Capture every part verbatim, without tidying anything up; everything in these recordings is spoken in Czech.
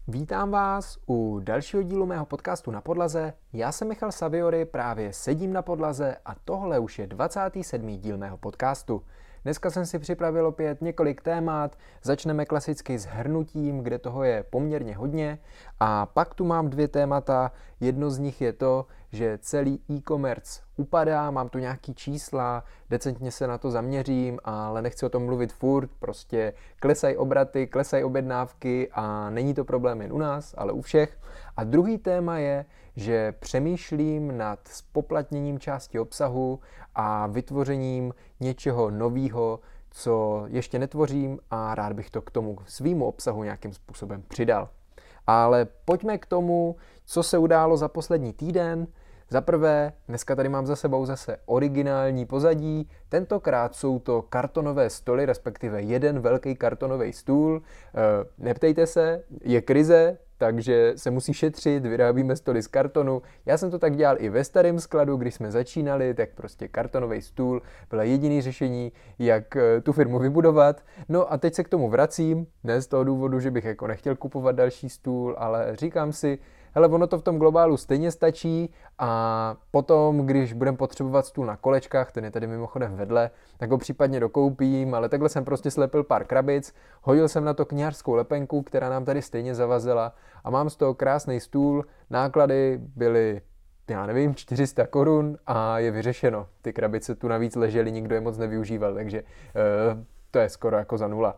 Vítám vás u dalšího dílu mého podcastu Na podlaze. Já jsem Michal Saviori, právě sedím na podlaze a tohle už je dvacátý sedmý díl mého podcastu. Dneska jsem si připravil opět několik témat, začneme klasicky s hrnutím, kde toho je poměrně hodně a pak tu mám dvě témata, jedno z nich je to, že celý e-commerce upadá, mám tu nějaký čísla, decentně se na to zaměřím, ale nechci o tom mluvit furt, prostě klesají obraty, klesají objednávky a není to problém jen u nás, ale u všech. A druhý téma je, že přemýšlím nad spoplatněním části obsahu a vytvořením něčeho nového, co ještě netvořím a rád bych to k tomu svýmu obsahu nějakým způsobem přidal. Ale pojďme k tomu, co se událo za poslední týden. Za prvé, dneska tady mám za sebou zase originální pozadí, tentokrát jsou to kartonové stoly, respektive jeden velký kartonový stůl. E, neptejte se, je krize, takže se musí šetřit, vyrábíme stoly z kartonu. Já jsem to tak dělal i ve starém skladu, když jsme začínali, tak prostě kartonový stůl bylo jediné řešení, jak tu firmu vybudovat. No a teď se k tomu vracím, ne z toho důvodu, že bych jako nechtěl kupovat další stůl, ale říkám si, hele, ono to v tom globálu stejně stačí a potom, když budeme potřebovat stůl na kolečkách, ten je tady mimochodem vedle, tak ho případně dokoupím, ale takhle jsem prostě slepil pár krabic, hodil jsem na to knihařskou lepenku, která nám tady stejně zavazila a mám z toho krásný stůl, náklady byly, já nevím, čtyři sta korun a je vyřešeno. Ty krabice tu navíc ležely, nikdo je moc nevyužíval, takže e, to je skoro jako za nula.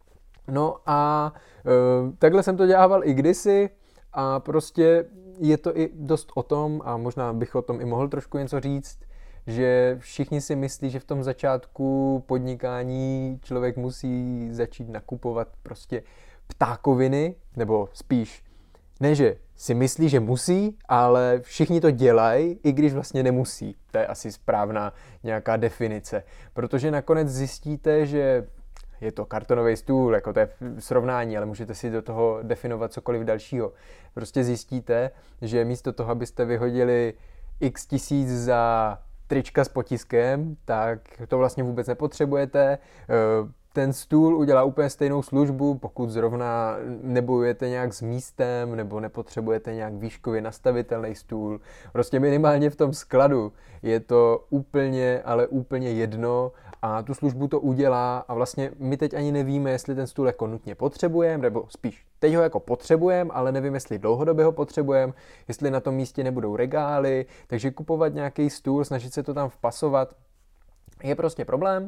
No a e, takhle jsem to dělával i kdysi, a prostě je to i dost o tom, a možná bych o tom i mohl trošku něco říct, že všichni si myslí, že v tom začátku podnikání člověk musí začít nakupovat prostě ptákoviny, nebo spíš ne, že si myslí, že musí, ale všichni to dělají, i když vlastně nemusí. To je asi správná nějaká definice, protože nakonec zjistíte, že je to kartonový stůl, jako to je srovnání, ale můžete si do toho definovat cokoliv dalšího. Prostě zjistíte, že místo toho, abyste vyhodili x tisíc za trička s potiskem, tak to vlastně vůbec nepotřebujete. Ten stůl udělá úplně stejnou službu, pokud zrovna nebojujete nějak s místem nebo nepotřebujete nějak výškově nastavitelný stůl. Prostě minimálně v tom skladu je to úplně, ale úplně jedno a tu službu to udělá a vlastně my teď ani nevíme, jestli ten stůl jako nutně potřebujeme, nebo spíš teď ho jako potřebujeme, ale nevím, jestli dlouhodobě ho potřebujeme, jestli na tom místě nebudou regály, takže kupovat nějaký stůl, snažit se to tam vpasovat, je prostě problém.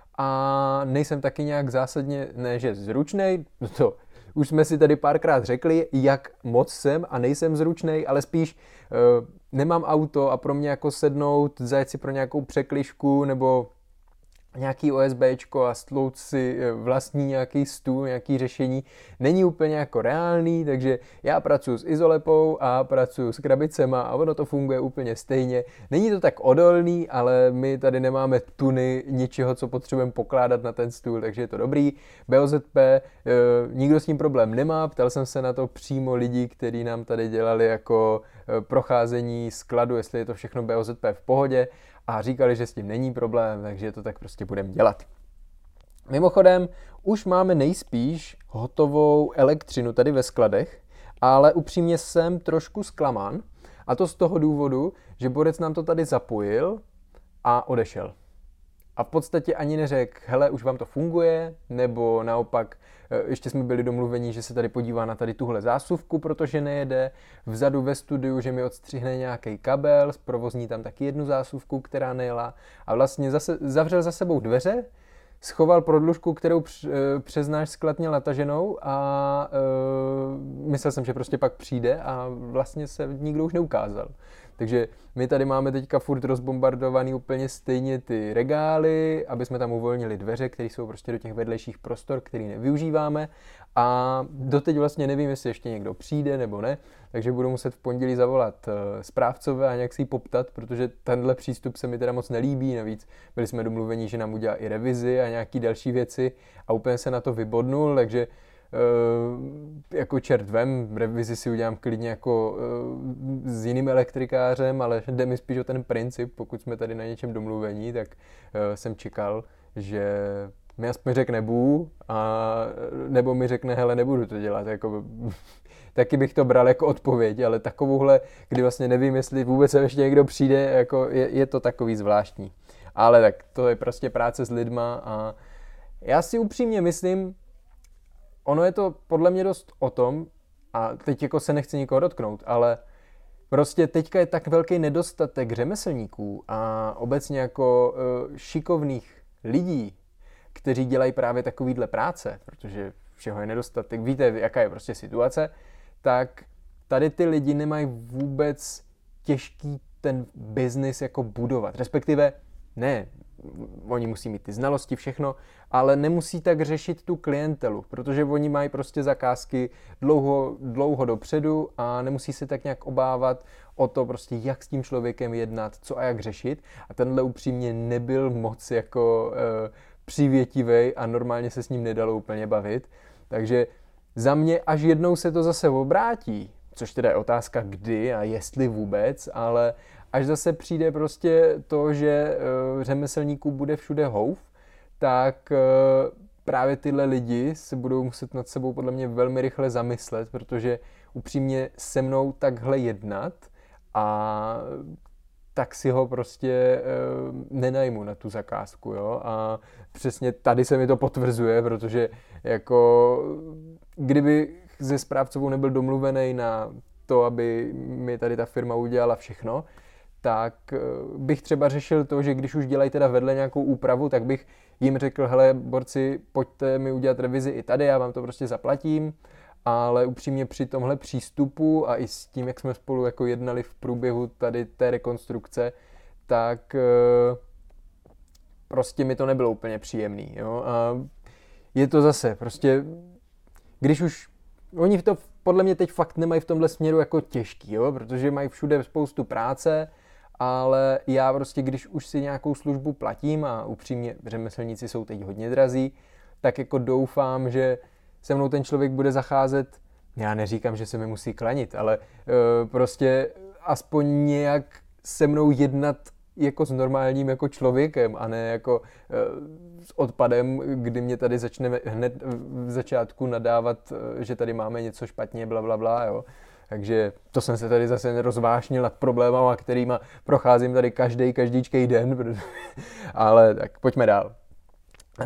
A nejsem taky nějak zásadně, ne že zručnej, to už jsme si tady párkrát řekli, jak moc jsem a nejsem zručnej, ale spíš uh, nemám auto a pro mě jako sednout, zajet si pro nějakou překližku nebo nějaký OSBčko a stlout si vlastní nějaký stůl, nějaký řešení, není úplně jako reálný, takže já pracuji s izolepou a pracuji s krabicema a ono to funguje úplně stejně. Není to tak odolný, ale my tady nemáme tuny ničeho, co potřebujeme pokládat na ten stůl, takže je to dobrý. B O Z P, e, nikdo s tím problém nemá, ptal jsem se na to přímo lidí, kteří nám tady dělali jako e, procházení skladu, jestli je to všechno B O Z P v pohodě. A říkali, že s tím není problém, takže to tak prostě budeme dělat. Mimochodem, už máme nejspíš hotovou elektřinu tady ve skladech, ale upřímně jsem trošku zklamán. A to z toho důvodu, že borec nám to tady zapojil a odešel. A v podstatě ani neřekl, hele, už vám to funguje, nebo naopak ještě jsme byli domluveni, že se tady podívá na tady tuhle zásuvku, protože nejede. Vzadu ve studiu, že mi odstřihne nějaký kabel, zprovozní tam taky jednu zásuvku, která nejela. A vlastně zase zavřel za sebou dveře, schoval prodlužku, kterou přes náš sklad měl nataženou a e, myslel jsem, že prostě pak přijde a vlastně se nikdo už neukázal. Takže my tady máme teďka furt rozbombardovaný úplně stejně ty regály, aby jsme tam uvolnili dveře, které jsou prostě do těch vedlejších prostor, které nevyužíváme a doteď vlastně nevím, jestli ještě někdo přijde nebo ne, takže budu muset v pondělí zavolat správcové a nějak si ji poptat, protože tenhle přístup se mi teda moc nelíbí, navíc byli jsme domluveni, že nám udělá i revizi a nějaký další věci a úplně se na to vybodnul, takže Uh, jako čert vem, revizi si udělám klidně jako uh, s jiným elektrikářem, ale jde mi spíš o ten princip, pokud jsme tady na něčem domluvení, tak uh, jsem čekal, že mi aspoň řekne bů, a, nebo mi řekne, hele, nebudu to dělat. Jako, taky bych to bral jako odpověď, ale takovouhle, kdy vlastně nevím, jestli vůbec se ještě někdo přijde, jako je, je to takový zvláštní. Ale tak to je prostě práce s lidma a já si upřímně myslím, ono je to podle mě dost o tom, a teď jako se nechci nikoho dotknout, ale prostě teďka je tak velký nedostatek řemeslníků a obecně jako uh, šikovných lidí, kteří dělají právě takovýhle práce, protože všeho je nedostatek, víte, jaká je prostě situace, tak tady ty lidi nemají vůbec těžký ten biznis jako budovat, respektive ne, oni musí mít ty znalosti, všechno, ale nemusí tak řešit tu klientelu, protože oni mají prostě zakázky dlouho, dlouho dopředu a nemusí se tak nějak obávat o to prostě, jak s tím člověkem jednat, co a jak řešit. A tenhle upřímně nebyl moc jako e, přívětivej a normálně se s ním nedalo úplně bavit. Takže za mě až jednou se to zase obrátí, což teda je otázka kdy a jestli vůbec, ale až zase přijde prostě to, že uh, řemeslníků bude všude houf, tak uh, právě tyhle lidi se budou muset nad sebou podle mě velmi rychle zamyslet, protože upřímně se mnou takhle jednat a tak si ho prostě uh, nenajmu na tu zakázku, jo, a přesně tady se mi to potvrzuje, protože jako kdyby se správcovou nebyl domluvený na to, aby mi tady ta firma udělala všechno, tak bych třeba řešil to, že když už dělají teda vedle nějakou úpravu, tak bych jim řekl, hele, borci, pojďte mi udělat revizi i tady, já vám to prostě zaplatím, ale upřímně při tomhle přístupu a i s tím, jak jsme spolu jako jednali v průběhu tady té rekonstrukce, tak prostě mi to nebylo úplně příjemný, jo, a je to zase prostě, když už oni to podle mě teď fakt nemají v tomhle směru jako těžký, jo, protože mají všude spoustu práce, ale já prostě, když už si nějakou službu platím a upřímně řemeslníci jsou teď hodně drazí, tak jako doufám, že se mnou ten člověk bude zacházet, já neříkám, že se mi musí klanit, ale e, prostě aspoň nějak se mnou jednat jako s normálním jako člověkem a ne jako e, s odpadem, kdy mě tady začne hned v začátku nadávat, že tady máme něco špatně, blablabla, bla, bla, jo. Takže to jsem se tady zase nerozvášnil nad problémama, kterýma procházím tady každý, každýčkej den, ale tak pojďme dál. Uh,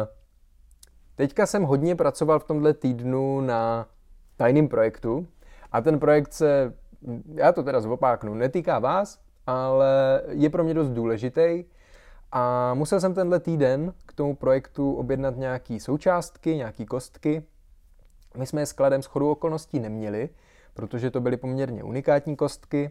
teďka jsem hodně pracoval v tomhle týdnu na tajném projektu a ten projekt se, já to teda zopáknu, netýká vás, ale je pro mě dost důležitý a musel jsem tenhle týden k tomu projektu objednat nějaký součástky, nějaký kostky. My jsme je skladem shodou okolností neměli, protože to byly poměrně unikátní kostky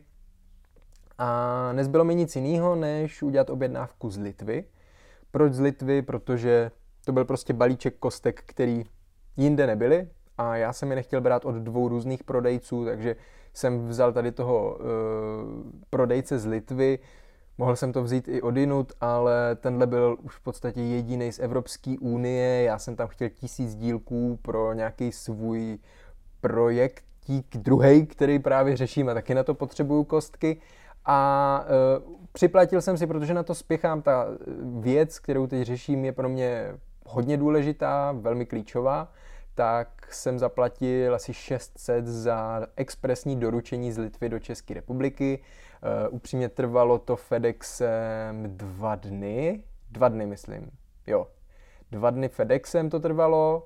a nezbylo mi nic jiného, než udělat objednávku z Litvy. Proč z Litvy? Protože to byl prostě balíček kostek, který jinde nebyly a já jsem je nechtěl brát od dvou různých prodejců, takže jsem vzal tady toho uh, prodejce z Litvy, mohl jsem to vzít i odinut, ale tenhle byl už v podstatě jediný z Evropské unie, já jsem tam chtěl tisíc dílků pro nějaký svůj projekt, druhý, který právě řeším a taky na to potřebuju kostky a e, připlatil jsem si, protože na to spěchám, ta věc, kterou teď řeším, je pro mě hodně důležitá, velmi klíčová, tak jsem zaplatil asi šest set za expresní doručení z Litvy do České republiky. E, upřímně trvalo to FedExem dva dny, dva dny myslím, jo, dva dny FedExem to trvalo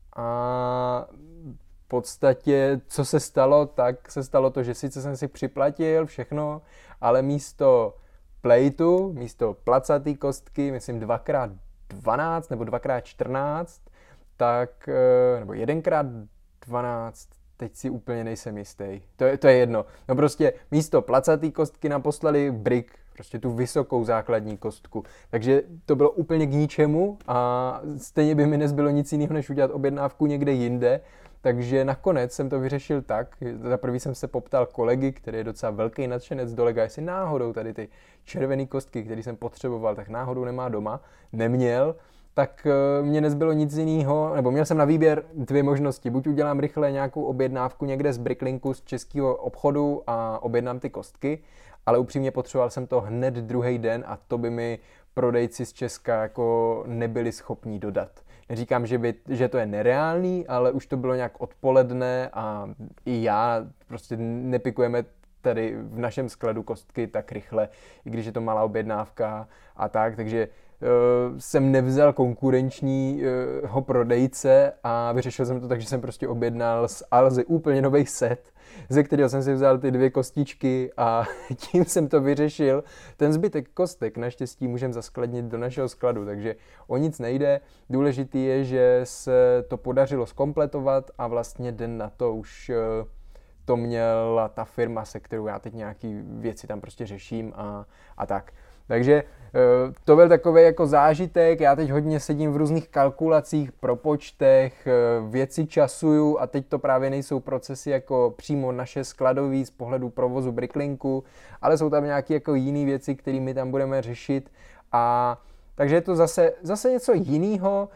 a v podstatě, co se stalo, tak se stalo to, že sice jsem si připlatil všechno, ale místo plejtu, místo placatý kostky, myslím dva krát dvanáct nebo dva krát čtrnáct, tak, nebo jeden krát dvanáct, teď si úplně nejsem jistý. To je, to je jedno. No prostě místo placatý kostky nám poslali brick, prostě tu vysokou základní kostku. Takže to bylo úplně k ničemu a stejně by mi nezbylo nic jiného, než udělat objednávku někde jinde. Takže nakonec jsem to vyřešil tak, za prvý jsem se poptal kolegy, který je docela velký nadšenec do Lega, jestli náhodou tady ty červené kostky, které jsem potřeboval, tak náhodou nemá doma, neměl, tak mě nezbylo nic jiného, nebo měl jsem na výběr dvě možnosti. Buď udělám rychle nějakou objednávku někde z Bricklinku z českého obchodu a objednám ty kostky, ale upřímně potřeboval jsem to hned druhý den a to by mi prodejci z Česka jako nebyli schopní dodat. Neříkám, že, by, že to je nereálný, ale už to bylo nějak odpoledne a i já prostě nepikujeme tady v našem skladu kostky tak rychle, i když je to malá objednávka a tak, takže uh, jsem nevzal konkurenčního prodejce a vyřešil jsem to tak, že jsem prostě objednal z Alzy úplně nový set, ze kterého jsem si vzal ty dvě kostičky a tím jsem to vyřešil. Ten zbytek kostek naštěstí můžeme zaskladnit do našeho skladu, takže o nic nejde. Důležitý je, že se to podařilo zkompletovat a vlastně den na to už uh, to měla ta firma, se kterou já teď nějaký věci tam prostě řeším a, a tak. Takže to byl takový jako zážitek, já teď hodně sedím v různých kalkulacích, propočtech, věci časuju a teď to právě nejsou procesy jako přímo naše skladový z pohledu provozu Bricklinku, ale jsou tam nějaké jako jiné věci, které my tam budeme řešit a takže je to zase, zase něco jiného.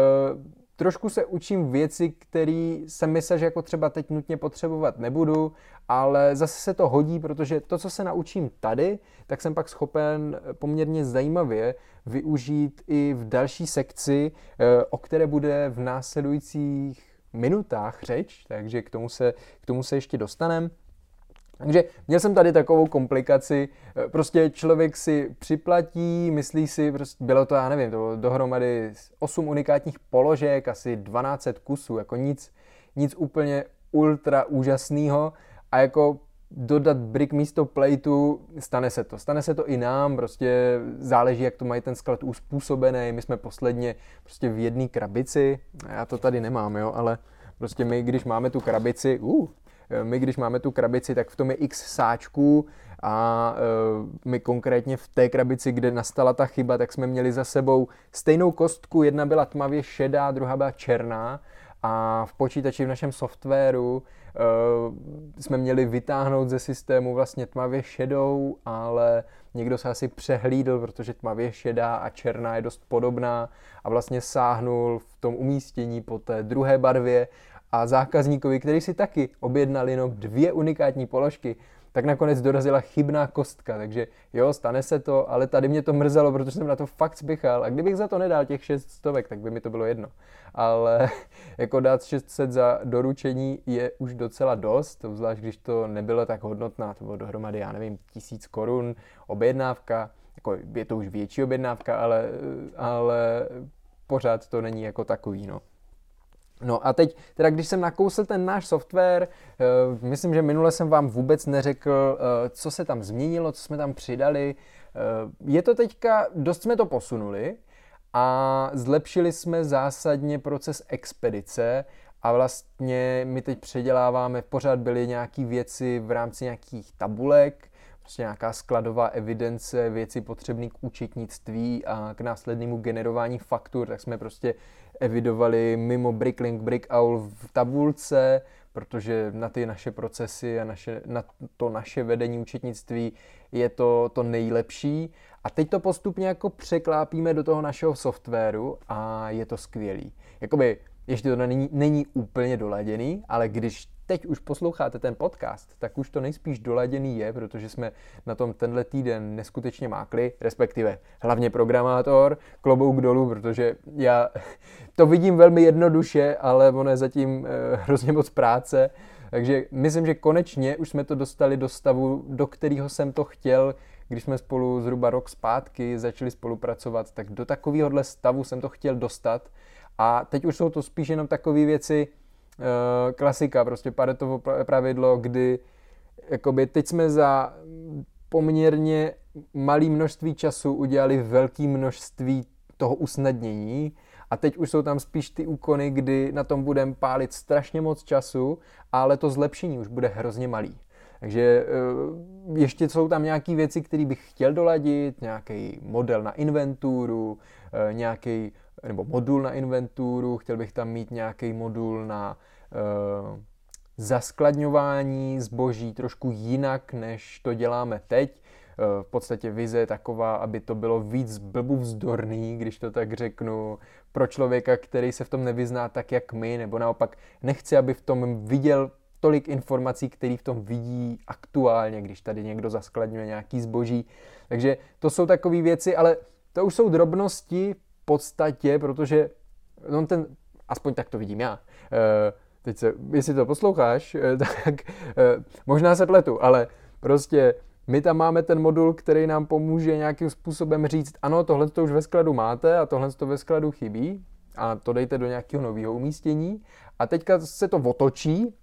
Trošku se učím věci, které jsem myslel, že jako třeba teď nutně potřebovat nebudu, ale zase se to hodí, protože to, co se naučím tady, tak jsem pak schopen poměrně zajímavě využít i v další sekci, o které bude v následujících minutách řeč, takže k tomu se, k tomu se ještě dostaneme. Takže měl jsem tady takovou komplikaci, prostě člověk si připlatí, myslí si, prostě bylo to, já nevím, to bylo dohromady osm unikátních položek, asi dvanáct set kusů, jako nic, nic úplně ultra úžasného a jako dodat brick místo plateu, stane se to. Stane se to i nám, prostě záleží, jak to mají ten sklad uspůsobený, my jsme posledně prostě v jedné krabici, já to tady nemám, jo, ale prostě my, když máme tu krabici, uh, My, když máme tu krabici, tak v tom je x sáčků a e, my konkrétně v té krabici, kde nastala ta chyba, tak jsme měli za sebou stejnou kostku, jedna byla tmavě šedá, druhá byla černá a v počítači v našem softwaru e, jsme měli vytáhnout ze systému vlastně tmavě šedou, ale někdo se asi přehlídl, protože tmavě šedá a černá je dost podobná a vlastně sáhnul v tom umístění po té druhé barvě a zákazníkovi, který si taky objednal jenom dvě unikátní položky, tak nakonec dorazila chybná kostka, takže jo, stane se to, ale tady mě to mrzelo, protože jsem na to fakt spěchal a kdybych za to nedal těch šest stovek, tak by mi to bylo jedno. Ale jako dát šest set za doručení je už docela dost, zvlášť když to nebylo tak hodnotná, to bylo dohromady, já nevím, tisíc korun, objednávka, jako je to už větší objednávka, ale, ale pořád to není jako takový, no. No a teď, teda když jsem nakousl ten náš software, uh, myslím, že minule jsem vám vůbec neřekl, uh, co se tam změnilo, co jsme tam přidali. Uh, je to teďka, dost jsme to posunuli a zlepšili jsme zásadně proces expedice a vlastně my teď předěláváme, pořád byly nějaké věci v rámci nějakých tabulek, prostě nějaká skladová evidence, věci potřebné k účetnictví a k následnému generování faktur, tak jsme prostě evidovali mimo Bricklink, Brickowl v tabulce, protože na ty naše procesy a naše, na to naše vedení účetnictví je to, to nejlepší. A teď to postupně jako překlápíme do toho našeho softwaru a je to skvělý. Jakoby ještě to není, není úplně doladěný, ale když teď už posloucháte ten podcast, tak už to nejspíš doladěný je, protože jsme na tom tenhle týden neskutečně mákli, respektive hlavně programátor, klobouk dolů, protože já to vidím velmi jednoduše, ale ono je zatím e, hrozně moc práce, takže myslím, že konečně už jsme to dostali do stavu, do kterého jsem to chtěl, když jsme spolu zhruba rok zpátky začali spolupracovat, tak do takovéhohle stavu jsem to chtěl dostat a teď už jsou to spíš jenom takové věci, klasika, prostě Paretovo pravidlo, kdy jakoby teď jsme za poměrně malé množství času udělali velké množství toho usnadnění a teď už jsou tam spíš ty úkony, kdy na tom budeme pálit strašně moc času, ale to zlepšení už bude hrozně malý. Takže ještě jsou tam nějaké věci, které bych chtěl doladit, nějaký model na inventuru, nějaký nebo modul na inventuru, chtěl bych tam mít nějaký modul na uh, zaskladňování zboží trošku jinak, než to děláme teď. Uh, v podstatě vize je taková, aby to bylo víc blbůvzdorný, když to tak řeknu, pro člověka, který se v tom nevyzná tak, jak my, nebo naopak nechci, aby v tom viděl tolik informací, který v tom vidí aktuálně, když tady někdo zaskladňuje nějaký zboží. Takže to jsou takové věci, ale to už jsou drobnosti v podstatě, protože no ten, aspoň tak to vidím já. E, teď se, jestli to posloucháš, e, tak e, možná se pletu, ale prostě my tam máme ten modul, který nám pomůže nějakým způsobem říct, ano, tohle to už ve skladu máte a tohle to ve skladu chybí a to dejte do nějakého nového umístění a teďka se to otočí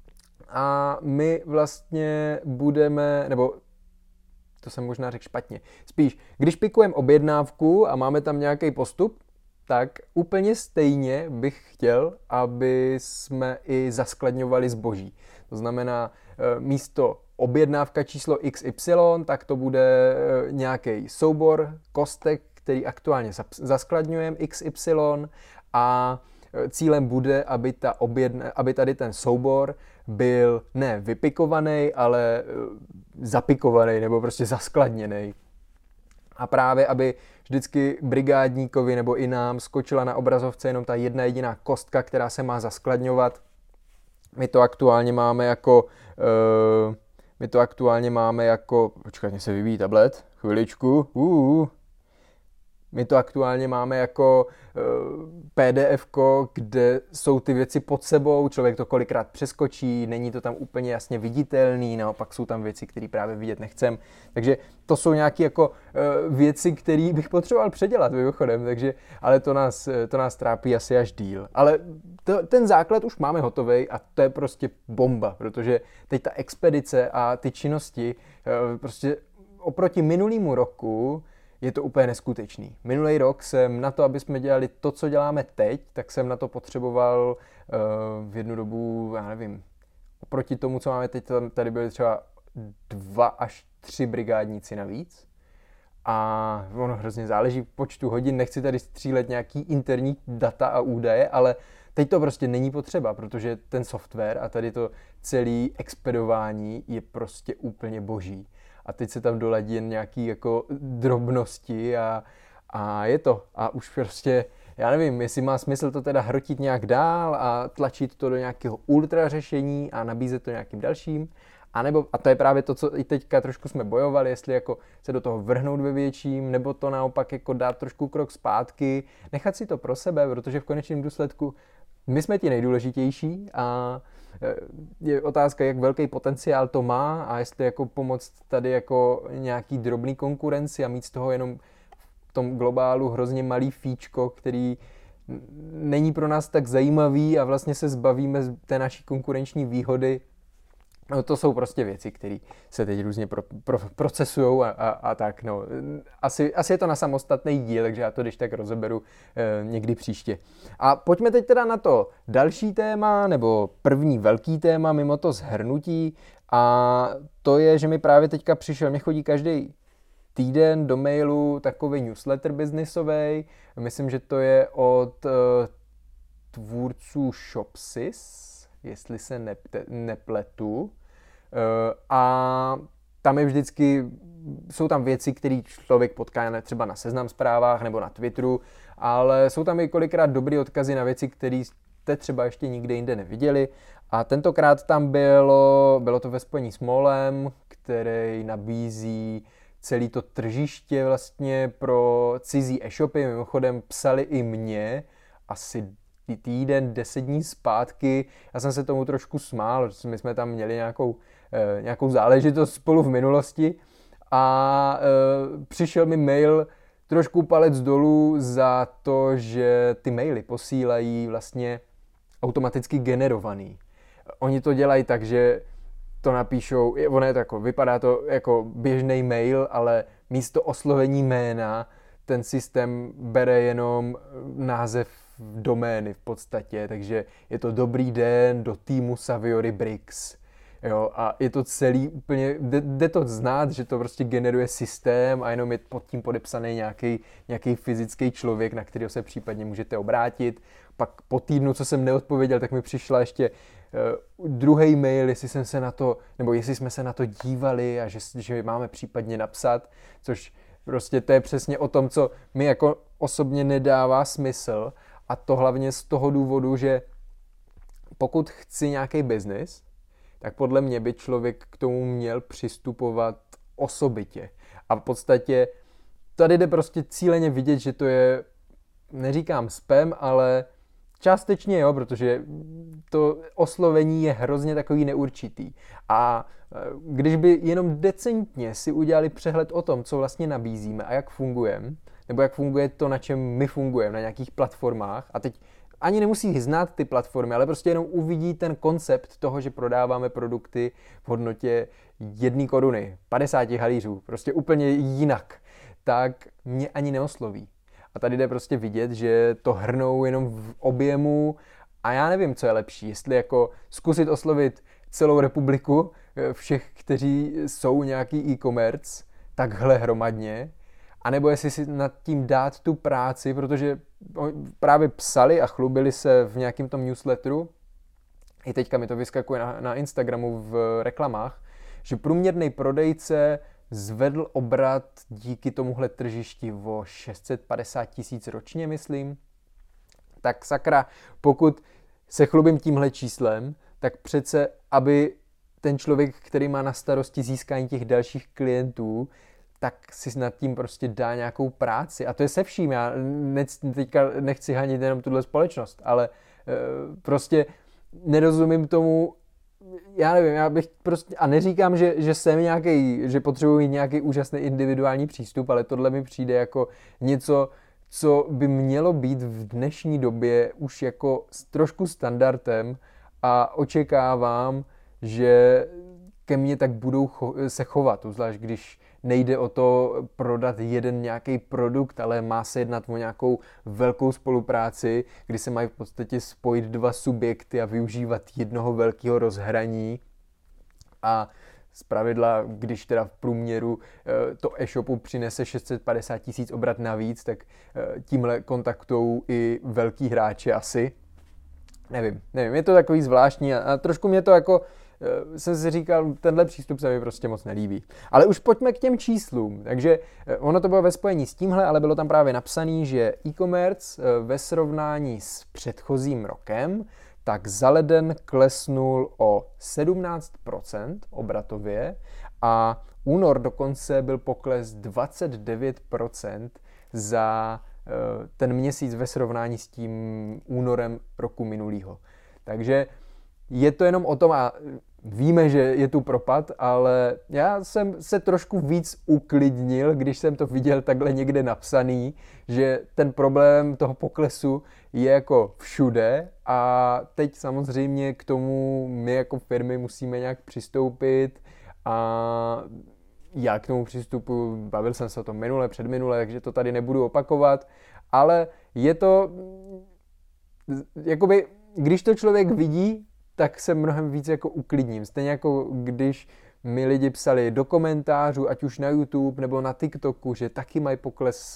a my vlastně budeme, nebo to jsem možná řekl špatně, spíš, když pikujeme objednávku a máme tam nějaký postup, tak úplně stejně bych chtěl, aby jsme i zaskladňovali zboží. To znamená, místo objednávka číslo iks ypsilon, tak to bude nějaký soubor kostek, který aktuálně zaskladňujeme iks ypsilon a cílem bude, aby, ta objedna, aby tady ten soubor byl ne vypikovaný, ale zapikovaný nebo prostě zaskladněný. A právě, aby vždycky brigádníkovi nebo i nám skočila na obrazovce jenom ta jedna jediná kostka, která se má zaskladňovat. My to aktuálně máme jako... Uh, my to aktuálně máme jako... Počkat, mě se vyvíjí tablet. Chviličku. Uh, My to aktuálně máme jako uh, pé dé efko, kde jsou ty věci pod sebou, člověk to kolikrát přeskočí, není to tam úplně jasně viditelný, naopak jsou tam věci, které právě vidět nechcem. Takže to jsou nějaké jako uh, věci, které bych potřeboval předělat mimochodem, takže, ale to nás, to nás trápí asi až díl. Ale to, ten základ už máme hotovej a to je prostě bomba, protože teď ta expedice a ty činnosti uh, prostě oproti minulému roku je to úplně neskutečný. Minulý rok jsem na to, aby jsme dělali to, co děláme teď, tak jsem na to potřeboval uh, v jednu dobu, já nevím, oproti tomu, co máme teď, tady byly třeba dva až tři brigádníci navíc. A ono hrozně záleží počtu hodin, nechci tady střílet nějaký interní data a údaje, ale teď to prostě není potřeba, protože ten software a tady to celé expedování je prostě úplně boží. A teď se tam doladí jen nějaký jako drobnosti a, a je to. A už prostě, já nevím, jestli má smysl to teda hrotit nějak dál a tlačit to do nějakého ultra řešení a nabízet to nějakým dalším. A, nebo, a to je právě to, co i teďka trošku jsme bojovali, jestli jako se do toho vrhnout ve větším, nebo to naopak jako dát trošku krok zpátky, nechat si to pro sebe, protože v konečném důsledku my jsme ti nejdůležitější a je otázka, jak velký potenciál to má a jestli jako pomoct tady jako nějaký drobný konkurenci a mít z toho jenom v tom globálu hrozně malý fíčko, který není pro nás tak zajímavý a vlastně se zbavíme z té naší konkurenční výhody. No, to jsou prostě věci, které se teď různě pro, pro, procesujou a, a, a tak. No. Asi, asi je to na samostatný díl, takže já to když tak rozeberu e, někdy příště. A pojďme teď teda na to další téma, nebo první velký téma mimo to shrnutí. A to je, že mi právě teďka přišel, mě chodí každý týden do mailu takový newsletter biznisový. Myslím, že to je od e, tvůrců Shopsys, jestli se nepte, nepletu. A tam je vždycky, jsou tam věci, které člověk potká třeba na Seznam zprávách nebo na Twitteru, ale jsou tam i kolikrát dobrý odkazy na věci, které jste třeba ještě nikde jinde neviděli. A tentokrát tam bylo, bylo to ve spojení s Molem, který nabízí celé to tržiště vlastně pro cizí e-shopy. Mimochodem psali i mě asi týden, deset dní zpátky. Já jsem se tomu trošku smál, protože my jsme tam měli nějakou, e, nějakou záležitost spolu v minulosti a e, přišel mi mail trošku palec dolů za to, že ty maily posílají vlastně automaticky generovaný. Oni to dělají tak, že to napíšou, ono je to jako, vypadá to jako běžný mail, ale místo oslovení jména ten systém bere jenom název domény v podstatě, takže je to dobrý den do týmu Saviory Bricks. Jo, a je to celý úplně, jde, jde to znát, že to prostě generuje systém a jenom je pod tím podepsaný nějaký, nějaký fyzický člověk, na kterého se případně můžete obrátit. Pak po týdnu, co jsem neodpověděl, tak mi přišla ještě uh, druhý mail, jestli jsem se na to, nebo jestli jsme se na to dívali a že, že máme případně napsat, což prostě to je přesně o tom, co mi jako osobně nedává smysl. A to hlavně z toho důvodu, že pokud chci nějaký biznis, tak podle mě by člověk k tomu měl přistupovat osobitě. A v podstatě tady jde prostě cíleně vidět, že to je, neříkám spam, ale částečně jo, protože to oslovení je hrozně takový neurčitý. A když by jenom decentně si udělali přehled o tom, co vlastně nabízíme a jak fungujeme, nebo jak funguje to, na čem my fungujeme, na nějakých platformách, a teď ani nemusí znát ty platformy, ale prostě jenom uvidí ten koncept toho, že prodáváme produkty v hodnotě jedné koruny, padesáti halířů, prostě úplně jinak, tak mě ani neosloví. A tady jde prostě vidět, že to hrnou jenom v objemu a já nevím, co je lepší, jestli jako zkusit oslovit celou republiku všech, kteří jsou nějaký e-commerce, takhle hromadně, anebo jestli si nad tím dát tu práci, protože právě psali a chlubili se v nějakém tom newsletteru, i teďka mi to vyskakuje na, na Instagramu v reklamách, že průměrný prodejce zvedl obrat díky tomuhle tržišti o šest set padesát tisíc ročně, myslím. Tak sakra, pokud se chlubím tímhle číslem, tak přece, aby ten člověk, který má na starosti získání těch dalších klientů, tak si nad tím prostě dá nějakou práci. A to je se vším. Já ne, teďka nechci hanit jenom tuhle společnost, ale e, prostě nerozumím tomu, já nevím, já bych prostě, a neříkám, že, že jsem nějaký, že potřebuji mít nějaký úžasný individuální přístup, ale tohle mi přijde jako něco, co by mělo být v dnešní době už jako trošku standardem a očekávám, že ke mně tak budou cho- se chovat, zvlášť když nejde o to prodat jeden nějaký produkt, ale má se jednat o nějakou velkou spolupráci, kdy se mají v podstatě spojit dva subjekty a využívat jednoho velkého rozhraní. A zpravidla, když teda v průměru to e-shopu přinese šest set padesát tisíc obrat navíc, tak tímhle kontaktou i velký hráči asi. Nevím, nevím, je to takový zvláštní a, a trošku mě to jako jsem si říkal, tenhle přístup se mi prostě moc nelíbí. Ale už pojďme k těm číslům. Takže ono to bylo ve spojení s tímhle, ale bylo tam právě napsané, že e-commerce ve srovnání s předchozím rokem tak za leden klesnul o sedmnáct procent obratově a únor dokonce byl pokles dvacet devět procent za ten měsíc ve srovnání s tím únorem roku minulého. Takže je to jenom o tom, a víme, že je tu propad, ale já jsem se trošku víc uklidnil, když jsem to viděl takhle někde napsaný, že ten problém toho poklesu je jako všude a teď samozřejmě k tomu my jako firmy musíme nějak přistoupit a já k tomu přistupuji, bavil jsem se o tom minule, předminule, takže to tady nebudu opakovat, ale je to, jakoby, když to člověk vidí, tak se mnohem víc jako uklidním. Stejně jako když mi lidi psali do komentářů, ať už na YouTube nebo na TikToku, že taky mají pokles,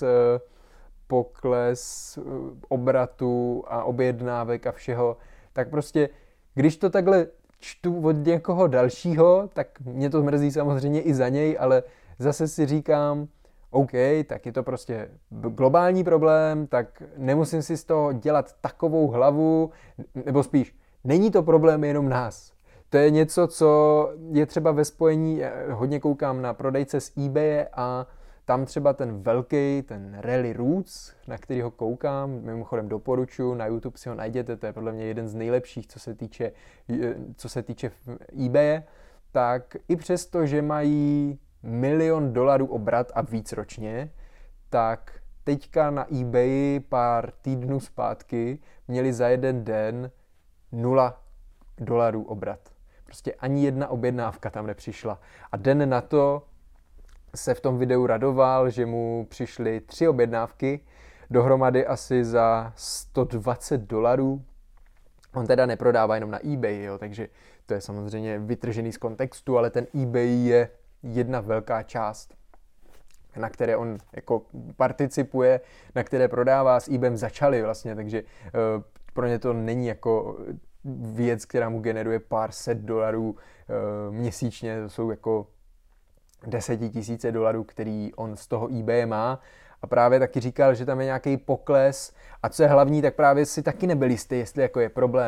pokles obratu a objednávek a všeho, tak prostě, když to takhle čtu od někoho dalšího, tak mě to mrzí samozřejmě i za něj, ale zase si říkám, OK, tak je to prostě globální problém, tak nemusím si z toho dělat takovou hlavu, nebo spíš, není to problém jenom nás. To je něco, co je třeba ve spojení, hodně koukám na prodejce z eBay a tam třeba ten velký, ten Rally Roots, na který ho koukám, mimochodem doporučuji, na YouTube si ho najděte, to je podle mě jeden z nejlepších, co se týče, co se týče eBay, tak i přesto, že mají milion dolarů obrat a víc ročně, tak teďka na eBay pár týdnů zpátky měli za jeden den nula dolarů obrat. Prostě ani jedna objednávka tam nepřišla. A den na to se v tom videu radoval, že mu přišly tři objednávky, dohromady asi za sto dvacet dolarů. On teda neprodává jenom na eBay, jo, takže to je samozřejmě vytržený z kontextu, ale ten eBay je jedna velká část, na které on jako participuje, na které prodává, s eBayem začali vlastně, takže uh, pro ně to není jako věc, která mu generuje pár set dolarů uh, měsíčně, to jsou jako desetitisíce dolarů, který on z toho eBay má. A právě taky říkal, že tam je nějaký pokles a co je hlavní, tak právě si taky nebyl jistý, jestli jako je problém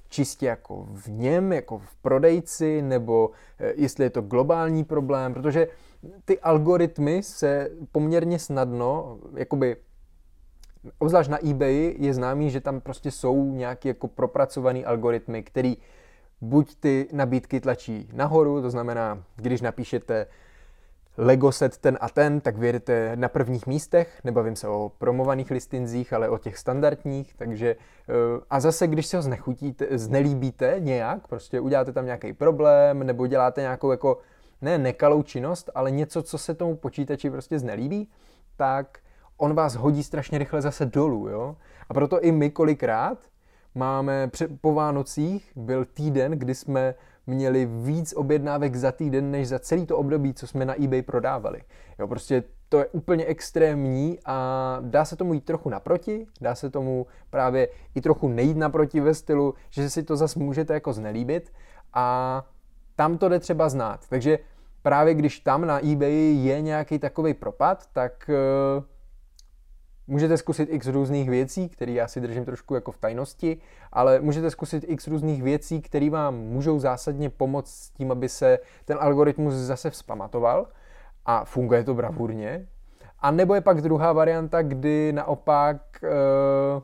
čistě jako v něm, jako v prodejci, nebo jestli je to globální problém, protože ty algoritmy se poměrně snadno, jakoby, obzvlášť na eBay je známý, že tam prostě jsou nějaké jako propracované algoritmy, který buď ty nabídky tlačí nahoru, to znamená, když napíšete Lego set ten a ten, tak vyjedete na prvních místech, nebavím se o promovaných listinzích, ale o těch standardních, takže a zase, když se ho znechutíte, znelíbíte nějak, prostě uděláte tam nějaký problém, nebo děláte nějakou jako, ne nekalou činnost, ale něco, co se tomu počítači prostě znelíbí, tak on vás hodí strašně rychle zase dolů, jo? A proto i my kolikrát máme po Vánocích, byl týden, kdy jsme měli víc objednávek za týden, než za celý to období, co jsme na eBay prodávali. Jo, prostě to je úplně extrémní a dá se tomu jít trochu naproti, dá se tomu právě i trochu nejít naproti ve stylu, že si to zase můžete jako znelíbit a tam to jde třeba znát. Takže právě když tam na eBay je nějaký takovej propad, tak uh, můžete zkusit x různých věcí, které já si držím trošku jako v tajnosti, ale můžete zkusit x různých věcí, které vám můžou zásadně pomoct s tím, aby se ten algoritmus zase vzpamatoval a funguje to bravurně. A nebo je pak druhá varianta, kdy naopak uh,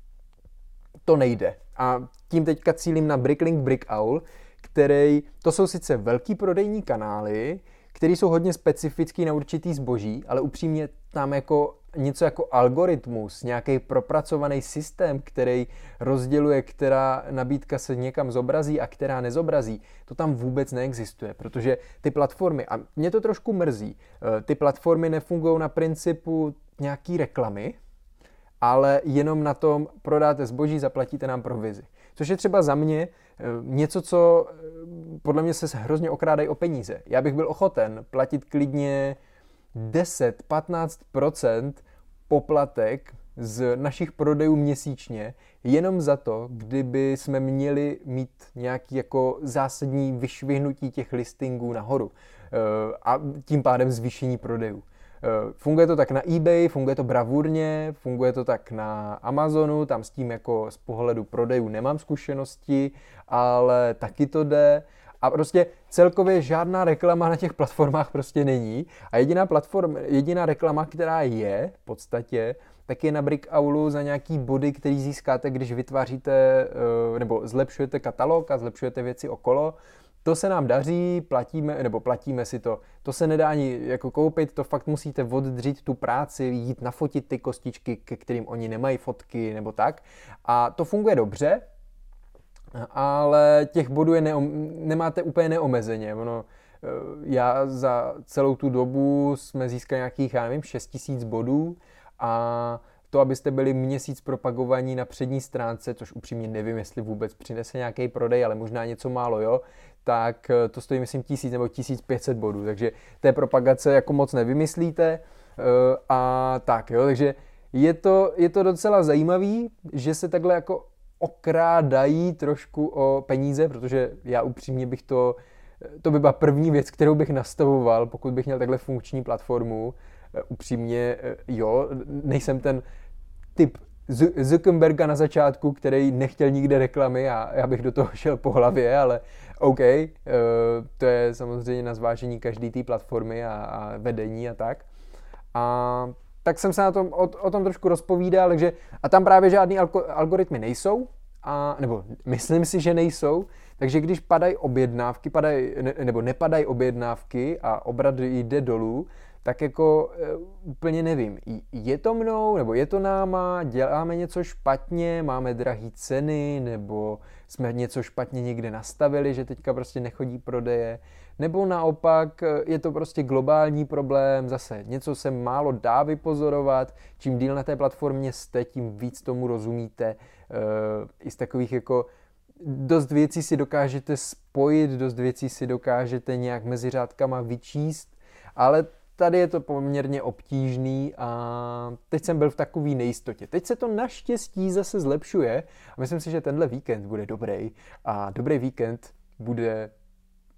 to nejde. A tím teďka cílím na Bricklink Brickowl, který, to jsou sice velký prodejní kanály, které jsou hodně specifický na určitý zboží, ale upřímně tam jako něco jako algoritmus, nějaký propracovaný systém, který rozděluje, která nabídka se někam zobrazí a která nezobrazí, to tam vůbec neexistuje, protože ty platformy, a mě to trošku mrzí, ty platformy nefungují na principu nějaký reklamy, ale jenom na tom prodáte zboží, zaplatíte nám provizi. Což je třeba za mě něco, co podle mě se hrozně okrádají o peníze. Já bych byl ochoten platit klidně deset až patnáct procent poplatek z našich prodejů měsíčně, jenom za to, kdyby jsme měli mít nějaký jako zásadní vyšvihnutí těch listingů nahoru a tím pádem zvýšení prodejů. Funguje to tak na eBay, funguje to bravurně, funguje to tak na Amazonu, tam s tím jako z pohledu prodejů nemám zkušenosti, ale taky to jde. A prostě celkově žádná reklama na těch platformách prostě není. A jediná platforma, jediná reklama, která je v podstatě, tak je na Brickowlu za nějaký body, který získáte, když vytváříte nebo zlepšujete katalog a zlepšujete věci okolo. To se nám daří, platíme, nebo platíme si to. To se nedá ani jako koupit, to fakt musíte oddřít tu práci, jít nafotit ty kostičky, ke kterým oni nemají fotky nebo tak. A to funguje dobře, ale těch bodů je neom, nemáte úplně neomezeně. Ono, já za celou tu dobu jsme získali nějakých, já nevím, šest tisíc bodů a to, abyste byli měsíc propagovaní na přední stránce, což upřímně nevím, jestli vůbec přinese nějaký prodej, ale možná něco málo, jo, tak to stojí, myslím, tisíc nebo tisíc pět set bodů, takže té propagace jako moc nevymyslíte a tak, jo, takže je to, je to docela zajímavý, že se takhle jako okrádají trošku o peníze, protože já upřímně bych to, to by byla první věc, kterou bych nastavoval, pokud bych měl takhle funkční platformu. Upřímně, jo, nejsem ten typ Zuckerberga na začátku, který nechtěl nikde reklamy a já bych do toho šel po hlavě, ale OK, to je samozřejmě na zvážení každý té platformy a, a vedení a tak. A tak jsem se na tom, o, o tom trošku rozpovídal, takže a tam právě žádný algoritmy nejsou, a, nebo myslím si, že nejsou, takže když padají objednávky, padají, ne, nebo nepadají objednávky a obrat jde dolů, tak jako e, úplně nevím, je to mnou, nebo je to náma, děláme něco špatně, máme drahé ceny, nebo jsme něco špatně někde nastavili, že teďka prostě nechodí prodeje, nebo naopak je to prostě globální problém, zase něco se málo dá vypozorovat, čím díl na té platformě jste, tím víc tomu rozumíte, e, i z takových jako dost věcí si dokážete spojit, dost věcí si dokážete nějak mezi řádkama vyčíst, ale tady je to poměrně obtížný a teď jsem byl v takové nejistotě. Teď se to naštěstí zase zlepšuje a myslím si, že tenhle víkend bude dobrý a dobrý víkend bude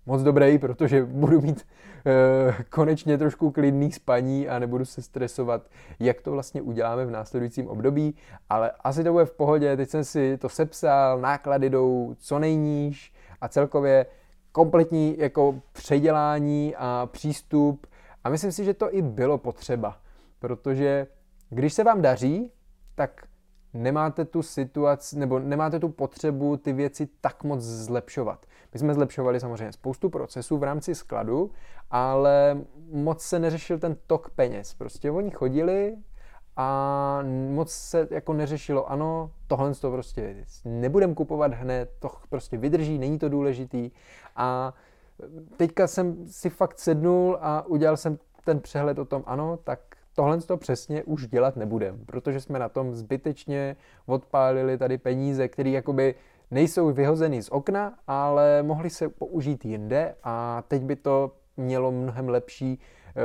moc dobrý, protože budu mít e, konečně trošku klidný spaní a nebudu se stresovat, jak to vlastně uděláme v následujícím období, ale asi to bude v pohodě, teď jsem si to sepsal, náklady jdou co nejníž a celkově kompletní jako předělání a přístup a myslím si, že to i bylo potřeba, protože když se vám daří, tak nemáte tu situaci, nebo nemáte tu potřebu ty věci tak moc zlepšovat. My jsme zlepšovali samozřejmě spoustu procesů v rámci skladu, ale moc se neřešil ten tok peněz. Prostě oni chodili a moc se jako neřešilo, ano, tohle to prostě nebudem kupovat hned, to prostě vydrží, není to důležitý. A teďka jsem si fakt sednul a udělal jsem ten přehled o tom, ano, tak tohle to přesně už dělat nebudem, protože jsme na tom zbytečně odpálili tady peníze, které jakoby nejsou vyhozeny z okna, ale mohly se použít jinde a teď by to mělo mnohem lepší e,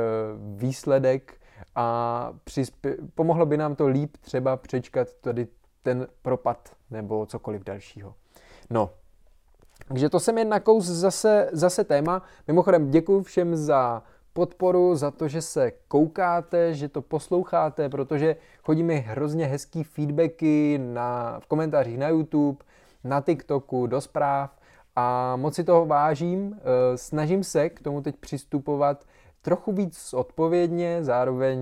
výsledek a přispě- pomohlo by nám to líp třeba přečkat tady ten propad nebo cokoliv dalšího. No, takže to jsem jen na kous zase, zase téma. Mimochodem děkuji všem za podporu, za to, že se koukáte, že to posloucháte, protože chodí mi hrozně hezký feedbacky na, v komentářích na YouTube, na TikToku, do zpráv a moc si toho vážím. Snažím se k tomu teď přistupovat trochu víc odpovědně, zároveň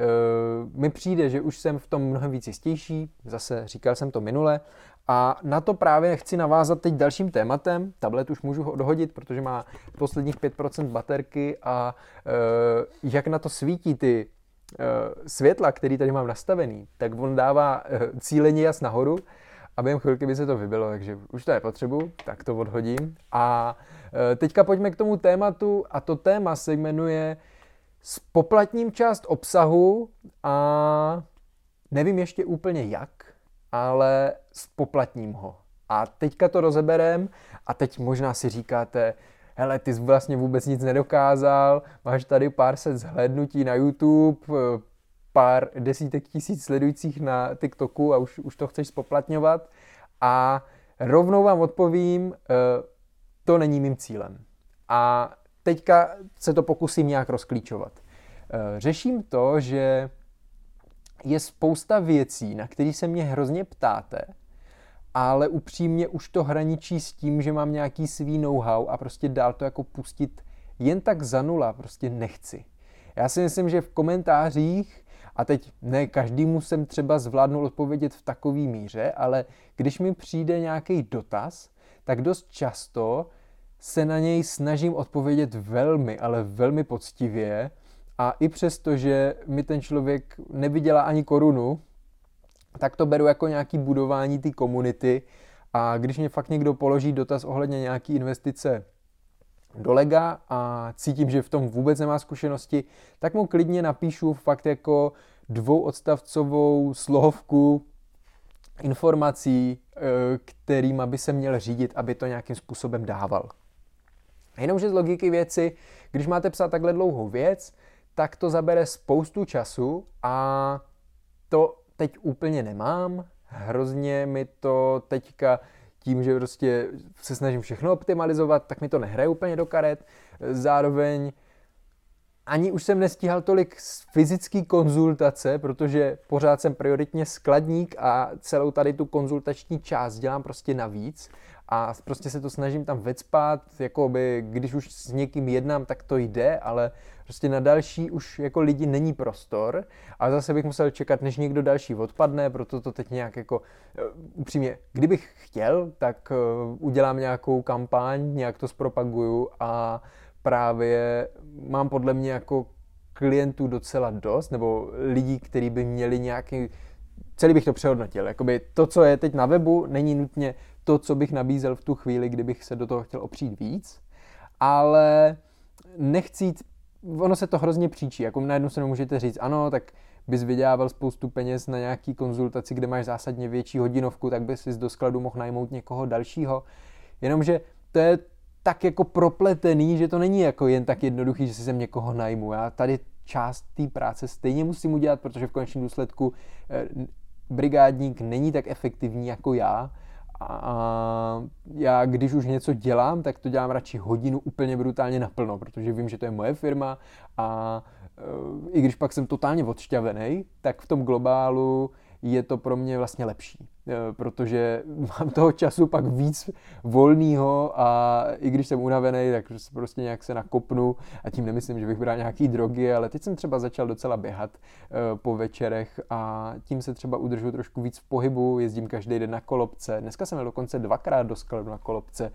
mi přijde, že už jsem v tom mnohem víc jistější, zase říkal jsem to minule, a na to právě chci navázat teď dalším tématem. Tablet už můžu dohodit, protože má posledních pět procent baterky a e, jak na to svítí ty e, světla, které tady mám nastavený, tak on dává e, cíleně jas nahoru a během chvilky by se to vybilo, takže už to je potřebu, tak to odhodím. A e, teďka pojďme k tomu tématu a to téma se jmenuje Spoplatním část obsahu a nevím ještě úplně jak, ale spoplatním ho. A teďka to rozeberem a teď možná si říkáte, hele, ty jsi vlastně vůbec nic nedokázal, máš tady pár set zhlédnutí na YouTube, pár desítek tisíc sledujících na TikToku a už, už to chceš spoplatňovat. A rovnou vám odpovím, to není mým cílem. A teďka se to pokusím nějak rozklíčovat. Řeším to, že je spousta věcí, na které se mě hrozně ptáte, ale upřímně už to hraničí s tím, že mám nějaký svý know-how a prostě dál to jako pustit jen tak za nula, prostě nechci. Já si myslím, že v komentářích, a teď ne každému jsem třeba zvládnul odpovědět v takový míře, ale když mi přijde nějaký dotaz, tak dost často se na něj snažím odpovědět velmi, ale velmi poctivě, a i přesto, že mi ten člověk nevydělá ani korunu, tak to beru jako nějaký budování té komunity a když mě fakt někdo položí dotaz ohledně nějaký investice do lega a cítím, že v tom vůbec nemá zkušenosti, tak mu klidně napíšu fakt jako dvouodstavcovou slohovku informací, kterýma by se měl řídit, aby to nějakým způsobem dával. Jenomže z logiky věci, když máte psát takhle dlouhou věc, tak to zabere spoustu času a to teď úplně nemám. Hrozně mi to teďka tím, že prostě se snažím všechno optimalizovat, tak mi to nehraje úplně do karet. Zároveň ani už jsem nestíhal tolik fyzický konzultace, protože pořád jsem prioritně skladník a celou tady tu konzultační část dělám prostě navíc a prostě se to snažím tam vecpat, jakoby když už s někým jednám, tak to jde, ale prostě na další už jako lidi není prostor a zase bych musel čekat, než někdo další odpadne, proto to teď nějak jako upřímně, kdybych chtěl, tak udělám nějakou kampaň, nějak to zpropaguju a právě mám podle mě jako klientů docela dost, nebo lidí, kteří by měli nějaký, celý bych to přehodnotil, jakoby to, co je teď na webu, není nutně to, co bych nabízel v tu chvíli, kdybych se do toho chtěl opřít víc, ale nechci jít, ono se to hrozně příčí, jako na jednu stranu můžete říct, ano, tak bys vydělával spoustu peněz na nějaký konzultaci, kde máš zásadně větší hodinovku, tak bys si do skladu mohl najmout někoho dalšího, jenomže to je tak jako propletený, že to není jako jen tak jednoduchý, že si sem někoho najmu. Já tady část té práce stejně musím udělat, protože v konečném důsledku eh, brigádník není tak efektivní jako já A já, když už něco dělám, tak to dělám radši hodinu úplně brutálně naplno, protože vím, že to je moje firma a i když pak jsem totálně odšťavený, tak v tom globálu je to pro mě vlastně lepší, protože mám toho času pak víc volného a i když jsem unavený, tak prostě nějak se nakopnu a tím nemyslím, že bych bral nějaký drogy, ale teď jsem třeba začal docela běhat po večerech a tím se třeba udržu trošku víc v pohybu, jezdím každý den na kolobce, dneska jsem jel dokonce dvakrát do skladu na kolobce,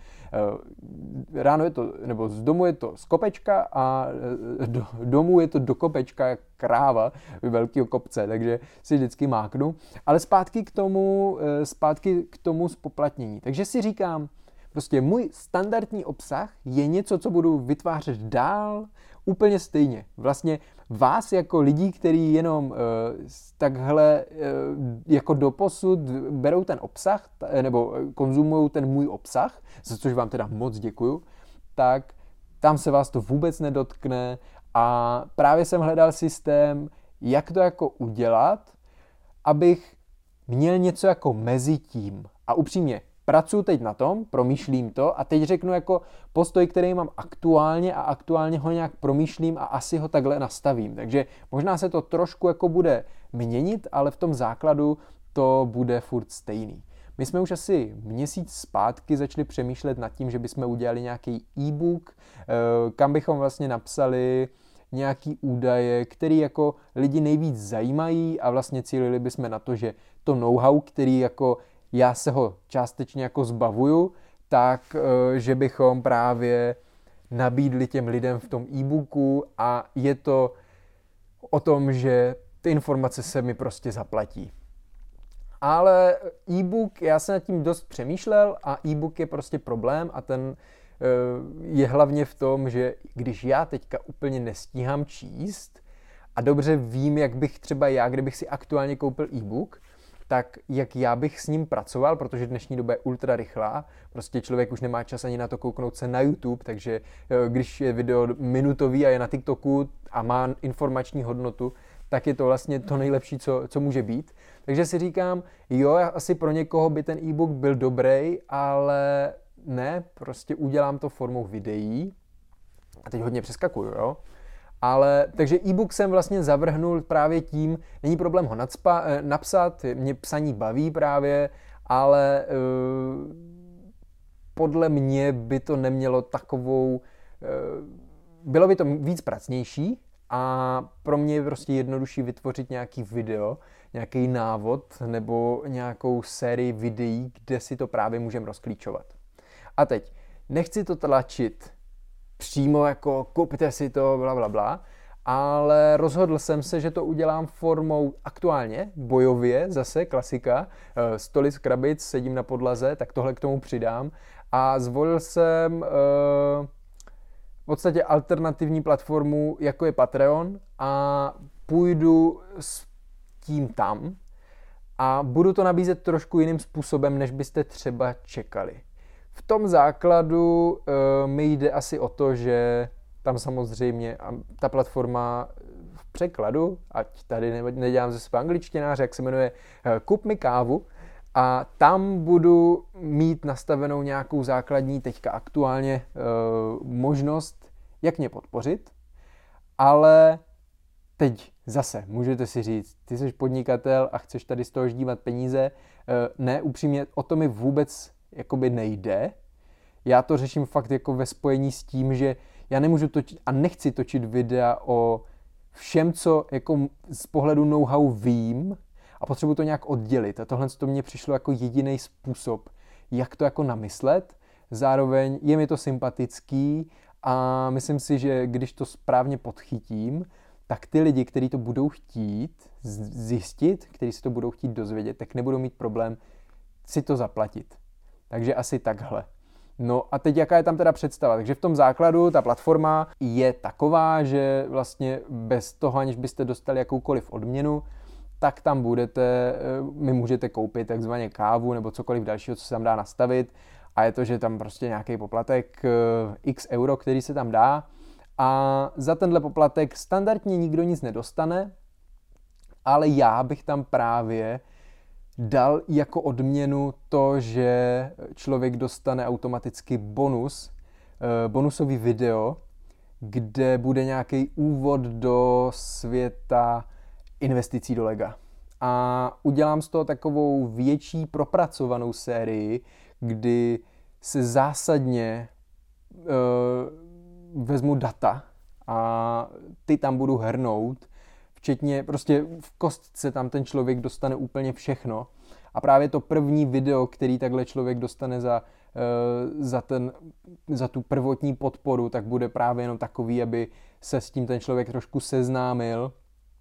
ráno je to, nebo z domu je to z kopečka a do domu je to do kopečka jak kráva velkého kopce, takže si vždycky máknu. Ale zpátky k tomu, zpátky k tomu zpoplatnění. Takže si říkám, prostě můj standardní obsah je něco, co budu vytvářet dál úplně stejně. Vlastně vás jako lidí, kteří jenom uh, takhle uh, jako doposud berou ten obsah, t- nebo konzumují ten můj obsah, za což vám teda moc děkuju, tak tam se vás to vůbec nedotkne a právě jsem hledal systém, jak to jako udělat, abych měl něco jako mezi tím. A upřímně, pracuji teď na tom, promýšlím to a teď řeknu jako postoj, který mám aktuálně a aktuálně ho nějak promýšlím a asi ho takhle nastavím. Takže možná se to trošku jako bude měnit, ale v tom základu to bude furt stejný. My jsme už asi měsíc zpátky začali přemýšlet nad tím, že bychom udělali nějaký e-book, kam bychom vlastně napsali nějaký údaje, který jako lidi nejvíc zajímají a vlastně cílili bychom na to, že to know-how, který jako já se ho částečně jako zbavuju, tak že bychom právě nabídli těm lidem v tom e-booku a je to o tom, že ty informace se mi prostě zaplatí. Ale e-book, já jsem nad tím dost přemýšlel a e-book je prostě problém a ten je hlavně v tom, že když já teďka úplně nestíhám číst a dobře vím, jak bych třeba já, kdybych si aktuálně koupil e-book, tak jak já bych s ním pracoval, protože dnešní doba je ultra rychlá, prostě člověk už nemá čas ani na to kouknout se na YouTube, takže když je video minutový a je na TikToku a má informační hodnotu, tak je to vlastně to nejlepší, co, co může být. Takže si říkám, jo, asi pro někoho by ten e-book byl dobrý, ale ne, prostě udělám to formou videí. A teď hodně přeskakuju, jo. Ale, takže e-book jsem vlastně zavrhnul právě tím, není problém ho nadspa, napsat, mě psaní baví právě, ale uh, podle mě by to nemělo takovou, uh, bylo by to víc pracnější a pro mě je prostě jednodušší vytvořit nějaký video, nějaký návod nebo nějakou sérii videí, kde si to právě můžeme rozklíčovat. A teď, nechci to tlačit přímo jako koupíte si to, bla, bla, bla, ale rozhodl jsem se, že to udělám formou aktuálně, bojově, zase klasika, stoly z krabic, sedím na podlaze, tak tohle k tomu přidám a zvolil jsem v podstatě alternativní platformu, jako je Patreon a půjdu s tím tam a budu to nabízet trošku jiným způsobem, než byste třeba čekali. V tom základu e, mi jde asi o to, že tam samozřejmě a ta platforma v překladu, ať tady nedělám ze své angličtináře, jak se jmenuje e, Kup mi kávu a tam budu mít nastavenou nějakou základní teďka aktuálně e, možnost, jak mě podpořit, ale teď zase můžete si říct, ty jsi podnikatel a chceš tady z toho ždímat peníze, e, ne, upřímně o to mi vůbec jakoby nejde. Já to řeším fakt jako ve spojení s tím, že já nemůžu točit a nechci točit videa o všem, co jako z pohledu know-how vím a potřebuji to nějak oddělit. A tohle to mně přišlo jako jediný způsob, jak to jako namyslet. Zároveň je mi to sympatický a myslím si, že když to správně podchytím, tak ty lidi, kteří to budou chtít zjistit, kteří si to budou chtít dozvědět, tak nebudou mít problém si to zaplatit. Takže asi takhle. No a teď jaká je tam teda představa? Takže v tom základu ta platforma je taková, že vlastně bez toho, aniž byste dostali jakoukoliv odměnu, tak tam budete, mi můžete koupit takzvaně kávu nebo cokoliv dalšího, co se tam dá nastavit. A je to, že tam prostě nějaký poplatek x euro, který se tam dá. A za tenhle poplatek standardně nikdo nic nedostane, ale já bych tam právě dal jako odměnu to, že člověk dostane automaticky bonus, bonusový video, kde bude nějaký úvod do světa investicí do lega. A udělám z toho takovou větší propracovanou sérii, kdy se zásadně uh, vezmu data a ty tam budu hrnout, včetně prostě v kostce tam ten člověk dostane úplně všechno. A právě to první video, který takhle člověk dostane za, uh, za, ten, za tu prvotní podporu, tak bude právě jenom takový, aby se s tím ten člověk trošku seznámil.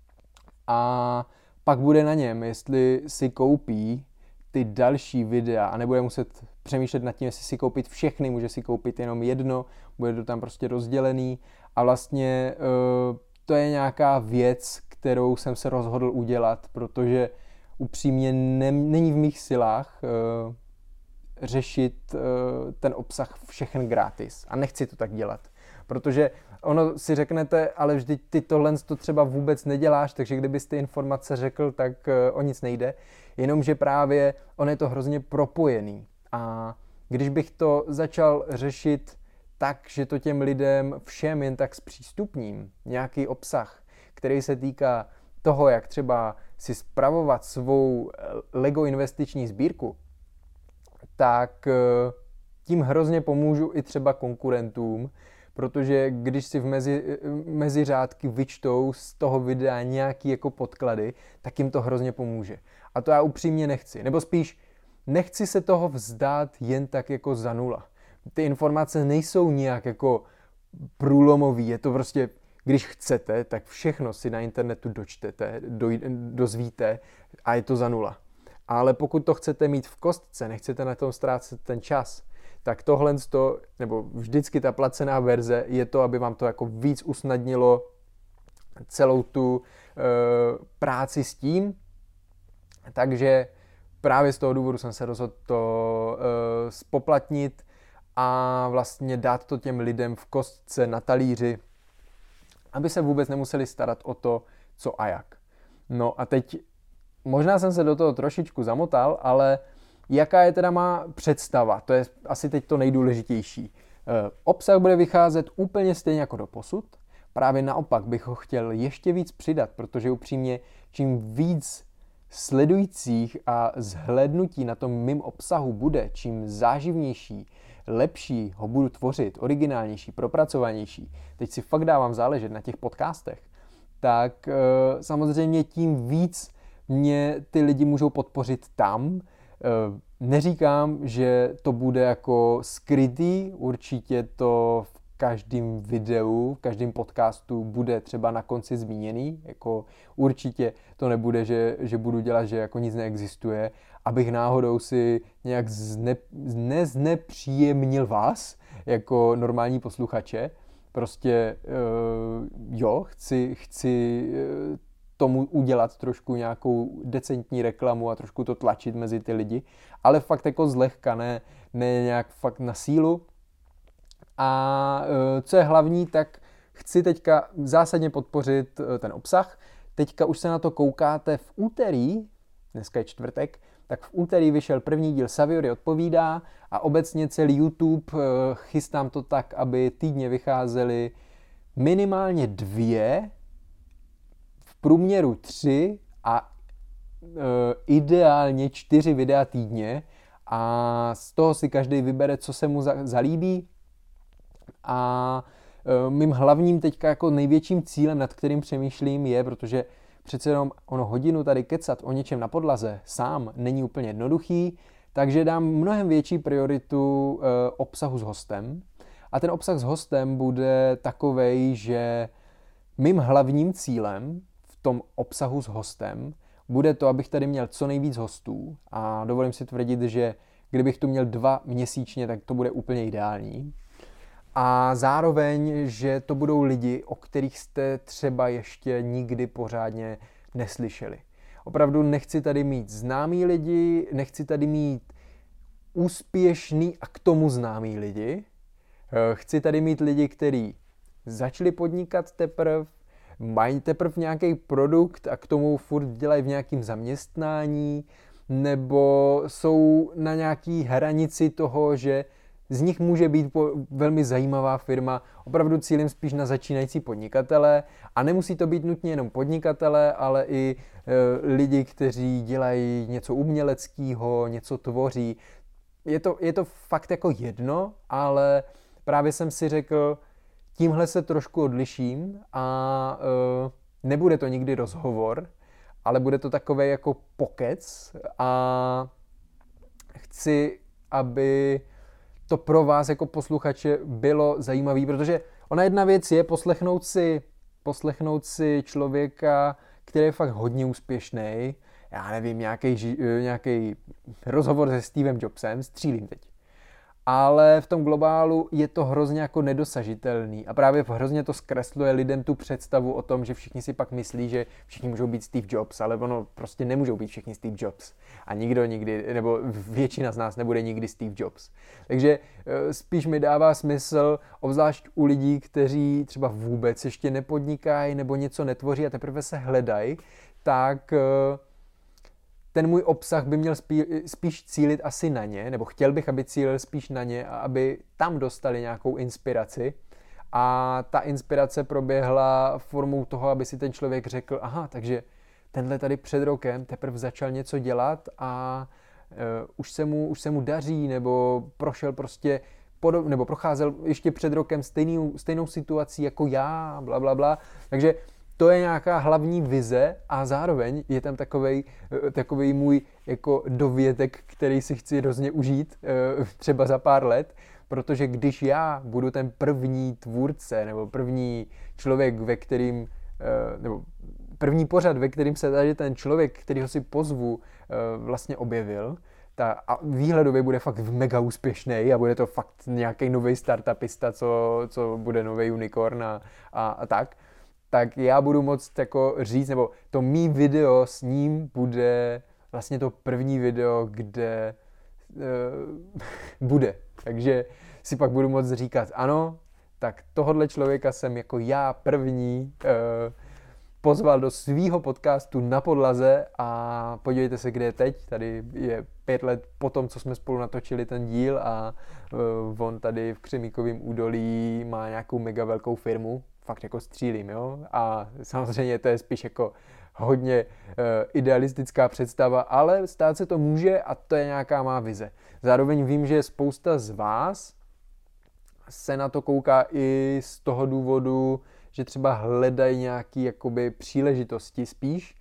A pak bude na něm, jestli si koupí ty další videa a nebude muset přemýšlet nad tím, jestli si koupit všechny, může si koupit jenom jedno, bude to tam prostě rozdělený a vlastně uh, to je nějaká věc, kterou jsem se rozhodl udělat, protože upřímně ne, není v mých silách uh, řešit uh, ten obsah všechen gratis a nechci to tak dělat, protože ono si řeknete, ale vždyť ty tohle to třeba vůbec neděláš, takže kdybys ty informace řekl, tak uh, o nic nejde. Jenomže právě on je to hrozně propojený. A když bych to začal řešit tak, že to těm lidem všem jen tak zpřístupním, nějaký obsah, který se týká toho, jak třeba si spravovat svou Lego investiční sbírku, tak uh, tím hrozně pomůžu i třeba konkurentům, protože když si v mezi, mezi řádky vyčtou z toho videa nějaký jako podklady, tak jim to hrozně pomůže. A to já upřímně nechci. Nebo spíš nechci se toho vzdát jen tak jako za nula. Ty informace nejsou nijak jako průlomový. Je to prostě, když chcete, tak všechno si na internetu dočtete, doj, dozvíte a je to za nula. Ale pokud to chcete mít v kostce, nechcete na tom ztrácet ten čas, tak tohle, nebo vždycky ta placená verze je to, aby vám to jako víc usnadnilo celou tu e, práci s tím. Takže právě z toho důvodu jsem se rozhodl to e, spoplatnit a vlastně dát to těm lidem v kostce na talíři, aby se vůbec nemuseli starat o to, co a jak. No a teď možná jsem se do toho trošičku zamotal, ale jaká je teda má představa? To je asi teď to nejdůležitější. E, obsah bude vycházet úplně stejně jako doposud. Právě naopak bych ho chtěl ještě víc přidat, protože upřímně čím víc sledujících a zhlédnutí na tom mým obsahu bude, čím záživnější, lepší ho budu tvořit, originálnější, propracovanější, teď si fakt dávám záležet na těch podcastech, tak e, samozřejmě tím víc mě ty lidi můžou podpořit tam. E, neříkám, že to bude jako skrytý, určitě to v každém videu, v každém podcastu bude třeba na konci zmíněný, jako určitě to nebude, že, že budu dělat, že jako nic neexistuje, abych náhodou si nějak zne, neznepříjemnil vás, jako normální posluchače. Prostě uh, jo, chci, chci uh, tomu udělat trošku nějakou decentní reklamu a trošku to tlačit mezi ty lidi, ale fakt jako zlehka, ne, ne nějak fakt na sílu. A co je hlavní, tak chci teďka zásadně podpořit ten obsah. Teďka už se na to koukáte v úterý, dneska je čtvrtek, tak v úterý vyšel první díl Saviory odpovídá a obecně celý YouTube chystám to tak, aby týdně vycházely minimálně dvě, v průměru tři a ideálně čtyři videa týdně a z toho si každý vybere, co se mu zalíbí. A e, mým hlavním teďka jako největším cílem, nad kterým přemýšlím, je, protože přece jenom ono hodinu tady kecat o něčem na podlaze sám není úplně jednoduchý, takže dám mnohem větší prioritu e, obsahu s hostem. A ten obsah s hostem bude takovej, že mým hlavním cílem v tom obsahu s hostem bude to, abych tady měl co nejvíc hostů a dovolím si tvrdit, že kdybych tu měl dva měsíčně, tak to bude úplně ideální. A zároveň, že to budou lidi, o kterých jste třeba ještě nikdy pořádně neslyšeli. Opravdu nechci tady mít známý lidi, nechci tady mít úspěšný a k tomu známý lidi. Chci tady mít lidi, kteří začali podnikat teprve, mají teprve nějaký produkt a k tomu furt dělají v nějakém zaměstnání, nebo jsou na nějaký hranici toho, že z nich může být velmi zajímavá firma, opravdu cílím spíš na začínající podnikatele a nemusí to být nutně jenom podnikatele, ale i e, lidi, kteří dělají něco uměleckého, něco tvoří. Je to, je to fakt jako jedno, ale právě jsem si řekl, tímhle se trošku odliším a e, nebude to nikdy rozhovor, ale bude to takový jako pokec a chci, aby to pro vás jako posluchače bylo zajímavé, protože ona jedna věc je poslechnout si, poslechnout si člověka, který je fakt hodně úspěšný, já nevím, nějaký, nějaký rozhovor se Stevem Jobsem, střílím teď. Ale v tom globálu je to hrozně jako nedosažitelný a právě hrozně to zkresluje lidem tu představu o tom, že všichni si pak myslí, že všichni můžou být Steve Jobs, ale ono prostě nemůžou být všichni Steve Jobs a nikdo nikdy, nebo většina z nás nebude nikdy Steve Jobs. Takže spíš mi dává smysl, obzvlášť u lidí, kteří třeba vůbec ještě nepodnikají nebo něco netvoří a teprve se hledají, tak ten můj obsah by měl spí, spíš cílit asi na ně, nebo chtěl bych, aby cílil spíš na ně a aby tam dostali nějakou inspiraci. A ta inspirace proběhla formou toho, aby si ten člověk řekl, aha, takže tenhle tady před rokem teprve začal něco dělat a uh, už, se mu, už se mu daří, nebo prošel prostě, podob, nebo procházel ještě před rokem stejný, stejnou situací jako já, bla, bla, bla. Takže to je nějaká hlavní vize a zároveň je tam takovej, takovej můj jako dovětek, který si chci hrozně užít třeba za pár let, protože když já budu ten první tvůrce nebo první člověk, ve kterým, nebo první pořad, ve kterým se tady ten člověk, kterýho si pozvu, vlastně objevil, ta, a výhledově bude fakt mega úspěšný a bude to fakt nějaký nový startupista, co, co bude nový unicorn a, a, a tak, tak já budu moct jako říct, nebo to mý video s ním bude vlastně to první video, kde uh, bude. Takže si pak budu moct říkat, ano, tak tohodle člověka jsem jako já první uh, pozval do svýho podcastu Na podlaze a podívejte se, kde je teď. Tady je pět let po tom, co jsme spolu natočili ten díl a uh, on tady v Křemíkovém údolí má nějakou mega velkou firmu. Fakt jako střílím, jo? A samozřejmě to je spíš jako hodně uh, idealistická představa, ale stát se to může a to je nějaká má vize. Zároveň vím, že spousta z vás se na to kouká i z toho důvodu, že třeba hledají nějaké jakoby příležitosti spíš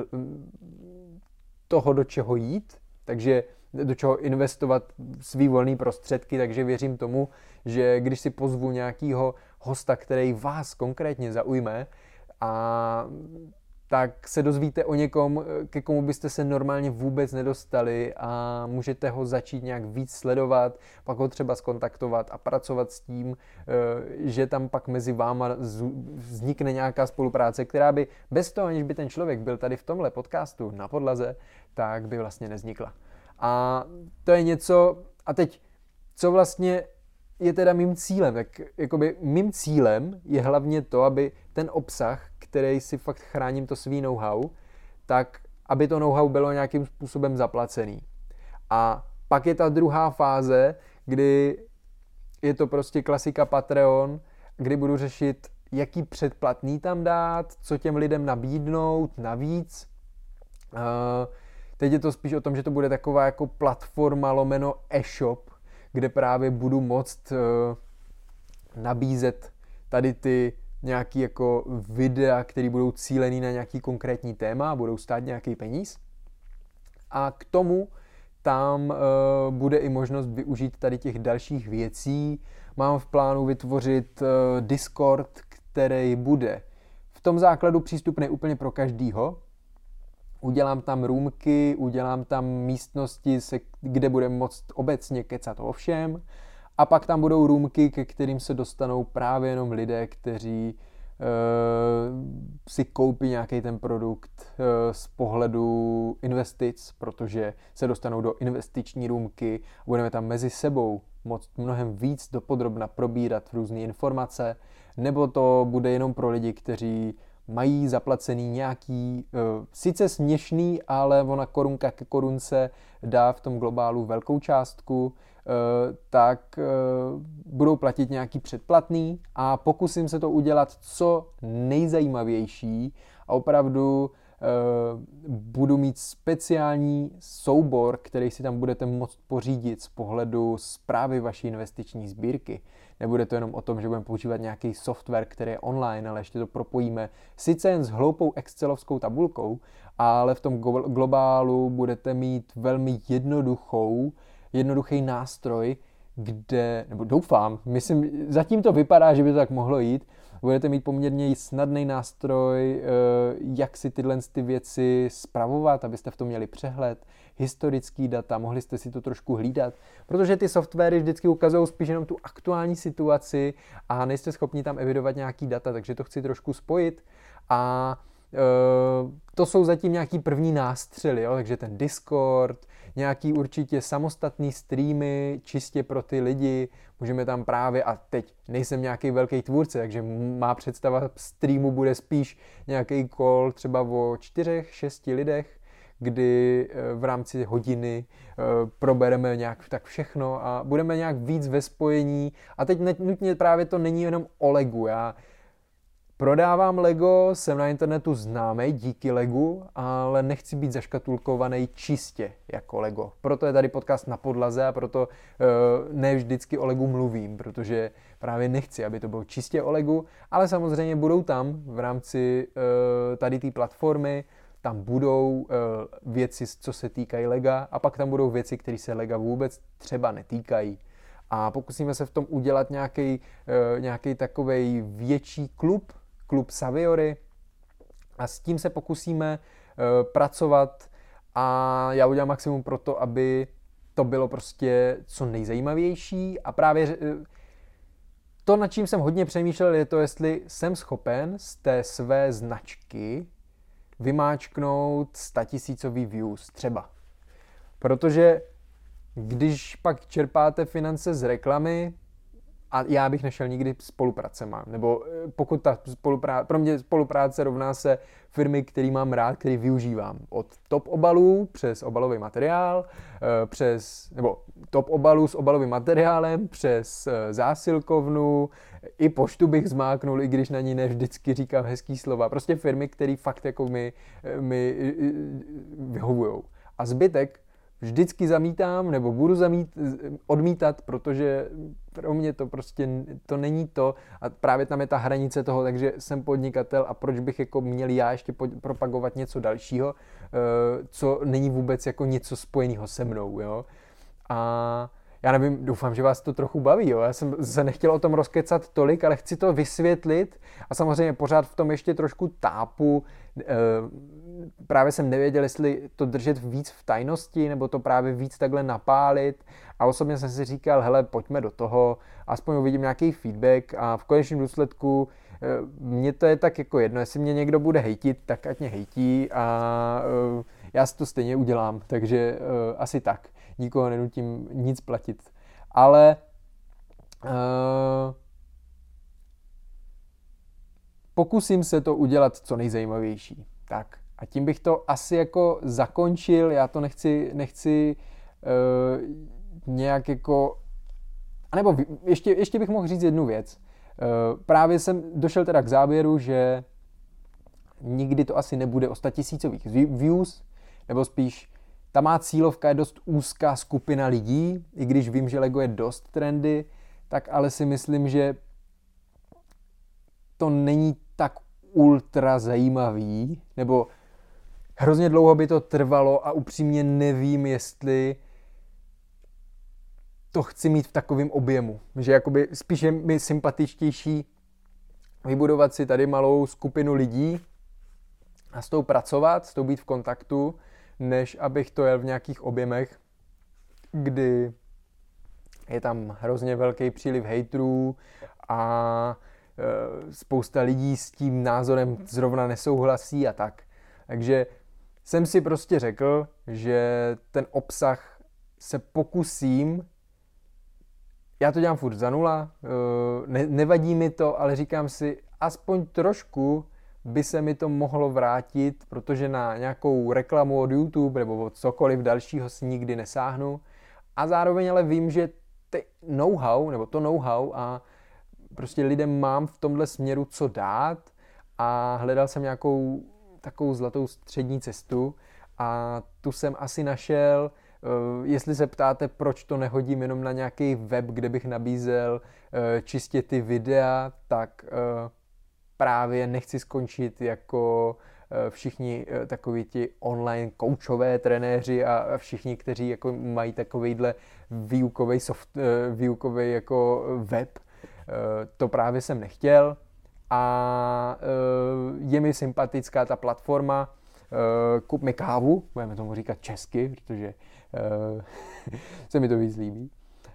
toho, do čeho jít, takže do čeho investovat svý volný prostředky, takže věřím tomu, že když si pozvu nějakého hosta, který vás konkrétně zaujme, a tak se dozvíte o někom, ke komu byste se normálně vůbec nedostali a můžete ho začít nějak víc sledovat, pak ho třeba zkontaktovat a pracovat s tím, že tam pak mezi váma vznikne nějaká spolupráce, která by bez toho, aniž by ten člověk byl tady v tomhle podcastu Na podlaze, tak by vlastně nevznikla. A to je něco, a teď, co vlastně je teda mým cílem, tak jakoby mým cílem je hlavně to, aby ten obsah, který si fakt chráním to svý know-how, tak aby to know-how bylo nějakým způsobem zaplacený. A pak je ta druhá fáze, kdy je to prostě klasika Patreon, kdy budu řešit, jaký předplatný tam dát, co těm lidem nabídnout navíc. Uh, teď je to spíš o tom, že to bude taková jako platforma lomeno e-shop, kde právě budu moct uh, nabízet tady ty nějaký jako videa, které budou cílený na nějaký konkrétní téma, budou stát nějaký peníz. A k tomu tam uh, bude i možnost využít tady těch dalších věcí. Mám v plánu vytvořit uh, Discord, který bude v tom základu přístupný úplně pro každýho. Udělám tam roomky, udělám tam místnosti, se, kde budeme moct obecně kecat o všem. A pak tam budou roomky, ke kterým se dostanou právě jenom lidé, kteří uh, si koupí nějaký ten produkt uh, z pohledu investic, protože se dostanou do investiční roomky. Budeme tam mezi sebou moct mnohem víc dopodrobna probírat různé informace, nebo to bude jenom pro lidi, kteří mají zaplacený nějaký, uh, sice směšný, ale ona korunka ke korunce dá v tom globálu velkou částku, uh, tak uh, budou platit nějaký předplatný a pokusím se to udělat co nejzajímavější a opravdu uh, budu mít speciální soubor, který si tam budete moct pořídit z pohledu správy vaší investiční sbírky. Nebude to jenom o tom, že budeme používat nějaký software, který je online, ale ještě to propojíme sice jen s hloupou excelovskou tabulkou, ale v tom globálu budete mít velmi jednoduchou, jednoduchý nástroj, kde, nebo doufám, myslím, zatím to vypadá, že by to tak mohlo jít, budete mít poměrně snadný nástroj, jak si tyhle ty věci spravovat, abyste v tom měli přehled, historický data, mohli jste si to trošku hlídat, protože ty softwary vždycky ukazují spíš jenom tu aktuální situaci a nejste schopni tam evidovat nějaký data, takže to chci trošku spojit a Uh, to jsou zatím nějaký první nástřely, jo? Takže ten Discord, nějaký určitě samostatný streamy čistě pro ty lidi, můžeme tam právě, a teď nejsem nějaký velký tvůrce, takže má představa streamu bude spíš nějaký call třeba o čtyřech, šesti lidech, kdy v rámci hodiny probereme nějak tak všechno a budeme nějak víc ve spojení a teď nutně právě to není jenom o Legu, já prodávám Lego, jsem na internetu známý díky Legu, ale nechci být zaškatulkovaný čistě jako Lego. Proto je tady podcast Na podlaze a proto uh, ne vždycky o Legu mluvím, protože právě nechci, aby to bylo čistě o Legu, ale samozřejmě budou tam v rámci uh, tady té platformy, tam budou uh, věci, co se týkají Lega a pak tam budou věci, které se Lega vůbec třeba netýkají. A pokusíme se v tom udělat nějaký uh, nějaký takovej větší klub, klub Saviory a s tím se pokusíme uh, pracovat a já udělám maximum pro to, aby to bylo prostě co nejzajímavější a právě uh, to, nad čím jsem hodně přemýšlel, je to, jestli jsem schopen z té své značky vymáčknout statisícový views třeba. Protože když pak čerpáte finance z reklamy, a já bych nešel nikdy spolupracema, nebo pokud ta spolupráce, pro mě spolupráce rovná se firmy, který mám rád, který využívám. Od top obalů přes obalový materiál, přes, nebo top obalů s obalovým materiálem, přes zásilkovnu, i poštu bych zmáknul, i když na ní ne vždycky říkám hezký slova. Prostě firmy, které fakt jako mi, mi vyhovujou. A zbytek vždycky zamítám, nebo budu zamít, odmítat, protože pro mě to prostě, to není to a právě tam je ta hranice toho, takže jsem podnikatel a proč bych jako měl já ještě propagovat něco dalšího, co není vůbec jako něco spojeného se mnou, jo. A já nevím, doufám, že vás to trochu baví, jo. Já jsem se nechtěl o tom rozkecat tolik, ale chci to vysvětlit a samozřejmě pořád v tom ještě trošku tápu. Právě jsem nevěděl, jestli to držet víc v tajnosti, nebo to právě víc takhle napálit. A osobně jsem si říkal, hele, pojďme do toho, aspoň uvidím nějaký feedback a v konečném důsledku mně to je tak jako jedno, jestli mě někdo bude hejtit, tak ať mě hejtí a já si to stejně udělám, takže asi tak. Nikoho nenutím nic platit. Ale uh, pokusím se to udělat co nejzajímavější. Tak a tím bych to asi jako zakončil, já to nechci, nechci uh, nějak jako, anebo ještě, ještě bych mohl říct jednu věc. Uh, právě jsem došel teda k závěru, že nikdy to asi nebude o statisícových views, nebo spíš ta má cílovka je dost úzká skupina lidí, i když vím, že Lego je dost trendy, tak ale si myslím, že to není tak ultra zajímavý, nebo hrozně dlouho by to trvalo a upřímně nevím, jestli to chci mít v takovém objemu. Že jakoby spíš je mi sympatičtější vybudovat si tady malou skupinu lidí a s tou pracovat, s tou být v kontaktu, než abych to jel v nějakých objemech, kdy je tam hrozně velký příliv hejtrů a e, spousta lidí s tím názorem zrovna nesouhlasí a tak. Takže jsem si prostě řekl, že ten obsah se pokusím, já to dělám furt za nula, e, ne, nevadí mi to, ale říkám si, aspoň trošku by se mi to mohlo vrátit, protože na nějakou reklamu od YouTube nebo od cokoliv dalšího si nikdy nesáhnu. A zároveň ale vím, že ty know-how, nebo to know-how a prostě lidem mám v tomhle směru co dát a hledal jsem nějakou takovou zlatou střední cestu a tu jsem asi našel. Jestli se ptáte, proč to nehodím jenom na nějaký web, kde bych nabízel čistě ty videa, tak právě nechci skončit jako všichni takoví ti online koučové trenéři a všichni, kteří jako mají takovejhle výukový soft, výukový jako web. To právě jsem nechtěl a je mi sympatická ta platforma. Kup mi kávu, budeme tomu říkat česky, protože se mi to víc líbí.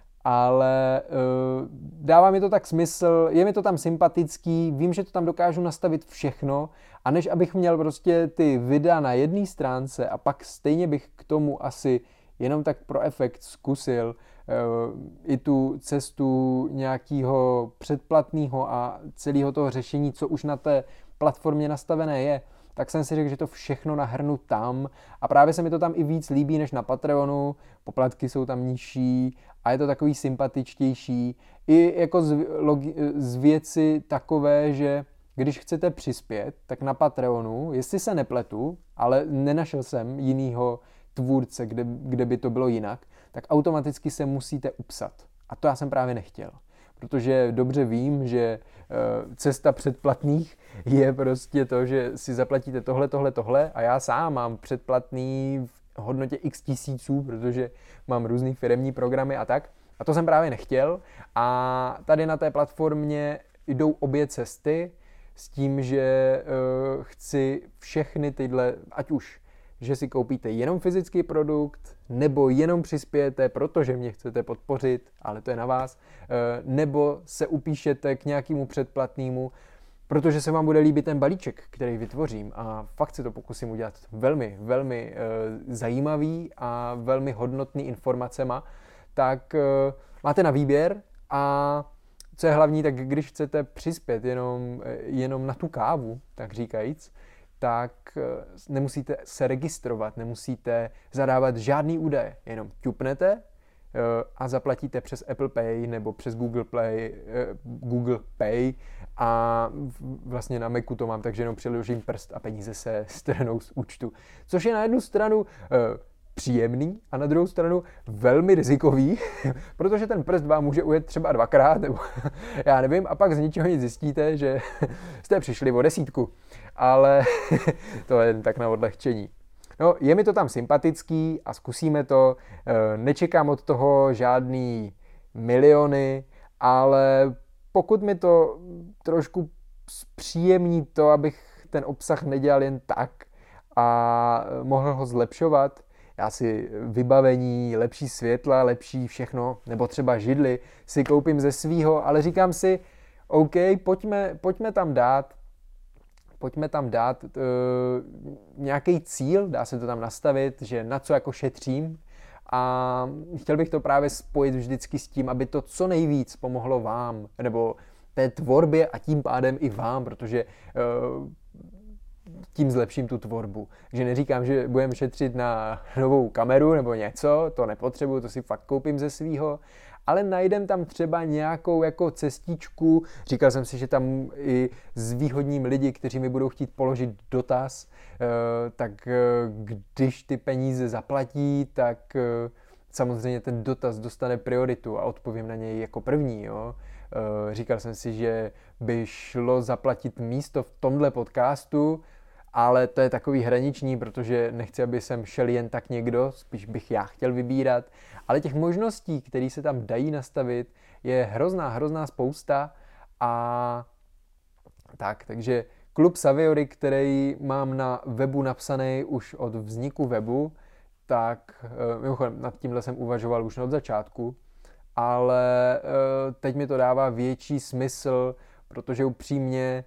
Ale uh, dává mi to tak smysl, je mi to tam sympatický, vím, že to tam dokážu nastavit všechno a než abych měl prostě ty videa na jedné stránce a pak stejně bych k tomu asi jenom tak pro efekt zkusil uh, i tu cestu nějakého předplatného a celého toho řešení, co už na té platformě nastavené je, tak jsem si řekl, že to všechno nahrnu tam a právě se mi to tam i víc líbí než na Patreonu, poplatky jsou tam nižší a je to takový sympatičtější. I jako z, logi, z věci takové, že když chcete přispět, tak na Patreonu, jestli se nepletu, ale nenašel jsem jinýho tvůrce, kde, kde by to bylo jinak, tak automaticky se musíte upsat. A to já jsem právě nechtěl. Protože dobře vím, že cesta předplatných je prostě to, že si zaplatíte tohle, tohle, tohle a já sám mám předplatný v hodnotě x tisíců, protože mám různý firemní programy a tak. A to jsem právě nechtěl a tady na té platformě jdou obě cesty s tím, že uh, chci všechny tyhle, ať už že si koupíte jenom fyzický produkt, nebo jenom přispějete, protože mě chcete podpořit, ale to je na vás, nebo se upíšete k nějakému předplatnému, protože se vám bude líbit ten balíček, který vytvořím a fakt se to pokusím udělat velmi, velmi zajímavý a velmi hodnotný informacema, tak máte na výběr a co je hlavní, tak když chcete přispět jenom, jenom na tu kávu, tak říkajíc, tak nemusíte se registrovat, nemusíte zadávat žádný údaje, jenom ťupnete a zaplatíte přes Apple Pay nebo přes Google Play, Google Pay a vlastně na Macu to mám, takže jenom přiložím prst a peníze se strhnou z účtu. Což je na jednu stranu příjemný a na druhou stranu velmi rizikový, protože ten prst vám může ujet třeba dvakrát, nebo já nevím, a pak z ničeho nic zjistíte, že jste přišli o desítku. Ale to je tak na odlehčení. No, je mi to tam sympatický a zkusíme to. Nečekám od toho žádný miliony, ale pokud mi to trošku zpříjemní to, abych ten obsah nedělal jen tak a mohl ho zlepšovat, já si vybavení, lepší světla, lepší všechno, nebo třeba židli si koupím ze svýho, ale říkám si, OK, pojďme, pojďme tam dát Pojďme tam dát uh, nějaký cíl, dá se to tam nastavit, že na co jako šetřím a chtěl bych to právě spojit vždycky s tím, aby to co nejvíc pomohlo vám, nebo té tvorbě a tím pádem i vám, protože uh, tím zlepším tu tvorbu. Takže neříkám, že budeme šetřit na novou kameru nebo něco, to nepotřebuju, to si fakt koupím ze svýho, ale najdem tam třeba nějakou jako cestičku. Říkal jsem si, že tam i zvýhodním lidi, kteří mi budou chtít položit dotaz, tak když ty peníze zaplatí, tak samozřejmě ten dotaz dostane prioritu a odpovím na něj jako první. Jo. Říkal jsem si, že by šlo zaplatit místo v tomhle podcastu, ale to je takový hraniční, protože nechci, aby sem šel jen tak někdo, spíš bych já chtěl vybírat. Ale těch možností, které se tam dají nastavit, je hrozná, hrozná spousta a tak, takže klub Saviory, který mám na webu napsaný už od vzniku webu, tak mimochodem nad tímhle jsem uvažoval už od začátku, ale teď mi to dává větší smysl, protože upřímně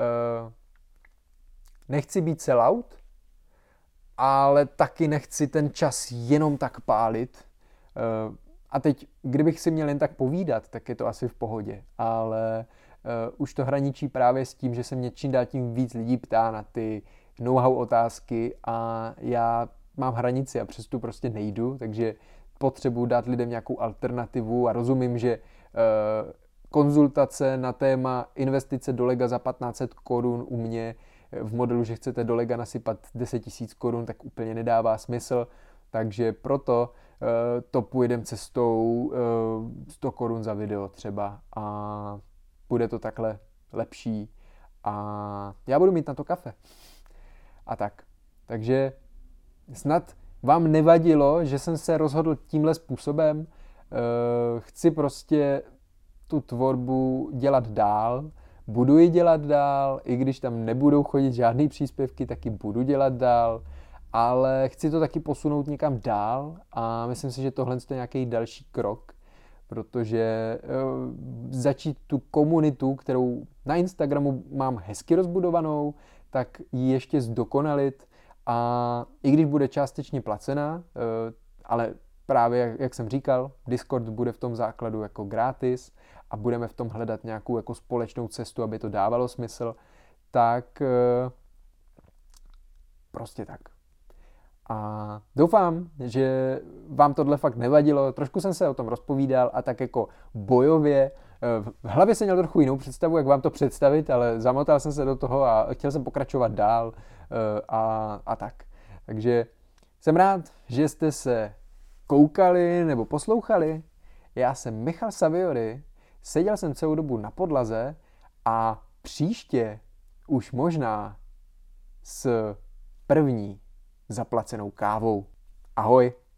nechci být sellout, ale taky nechci ten čas jenom tak pálit. A teď, kdybych si měl jen tak povídat, tak je to asi v pohodě. Ale už to hraničí právě s tím, že se mě čím dál tím víc lidí ptá na ty know-how otázky a já mám hranici a přes tu prostě nejdu, takže potřebuji dát lidem nějakou alternativu a rozumím, že uh, konzultace na téma investice do lega za patnáct set korun u mě v modelu, že chcete do lega nasypat deset tisíc korun, tak úplně nedává smysl, takže proto uh, to půjdem cestou uh, sto korun za video třeba a bude to takhle lepší a já budu mít na to kafe. A tak. Takže snad vám nevadilo, že jsem se rozhodl tímhle způsobem. Chci prostě tu tvorbu dělat dál. Budu ji dělat dál, i když tam nebudou chodit žádný příspěvky, tak ji budu dělat dál. Ale chci to taky posunout někam dál a myslím si, že tohle je nějaký další krok, protože začít tu komunitu, kterou na Instagramu mám hezky rozbudovanou, tak ji ještě zdokonalit a i když bude částečně placená, ale právě, jak jsem říkal, Discord bude v tom základu jako gratis a budeme v tom hledat nějakou jako společnou cestu, aby to dávalo smysl, tak prostě tak. A doufám, že vám tohle fakt nevadilo, trošku jsem se o tom rozpovídal a tak jako bojově. V hlavě jsem měl trochu jinou představu, jak vám to představit, ale zamotal jsem se do toho a chtěl jsem pokračovat dál a, a tak. Takže jsem rád, že jste se koukali nebo poslouchali. Já jsem Michal Saviory, seděl jsem celou dobu na podlaze a příště už možná s první zaplacenou kávou. Ahoj!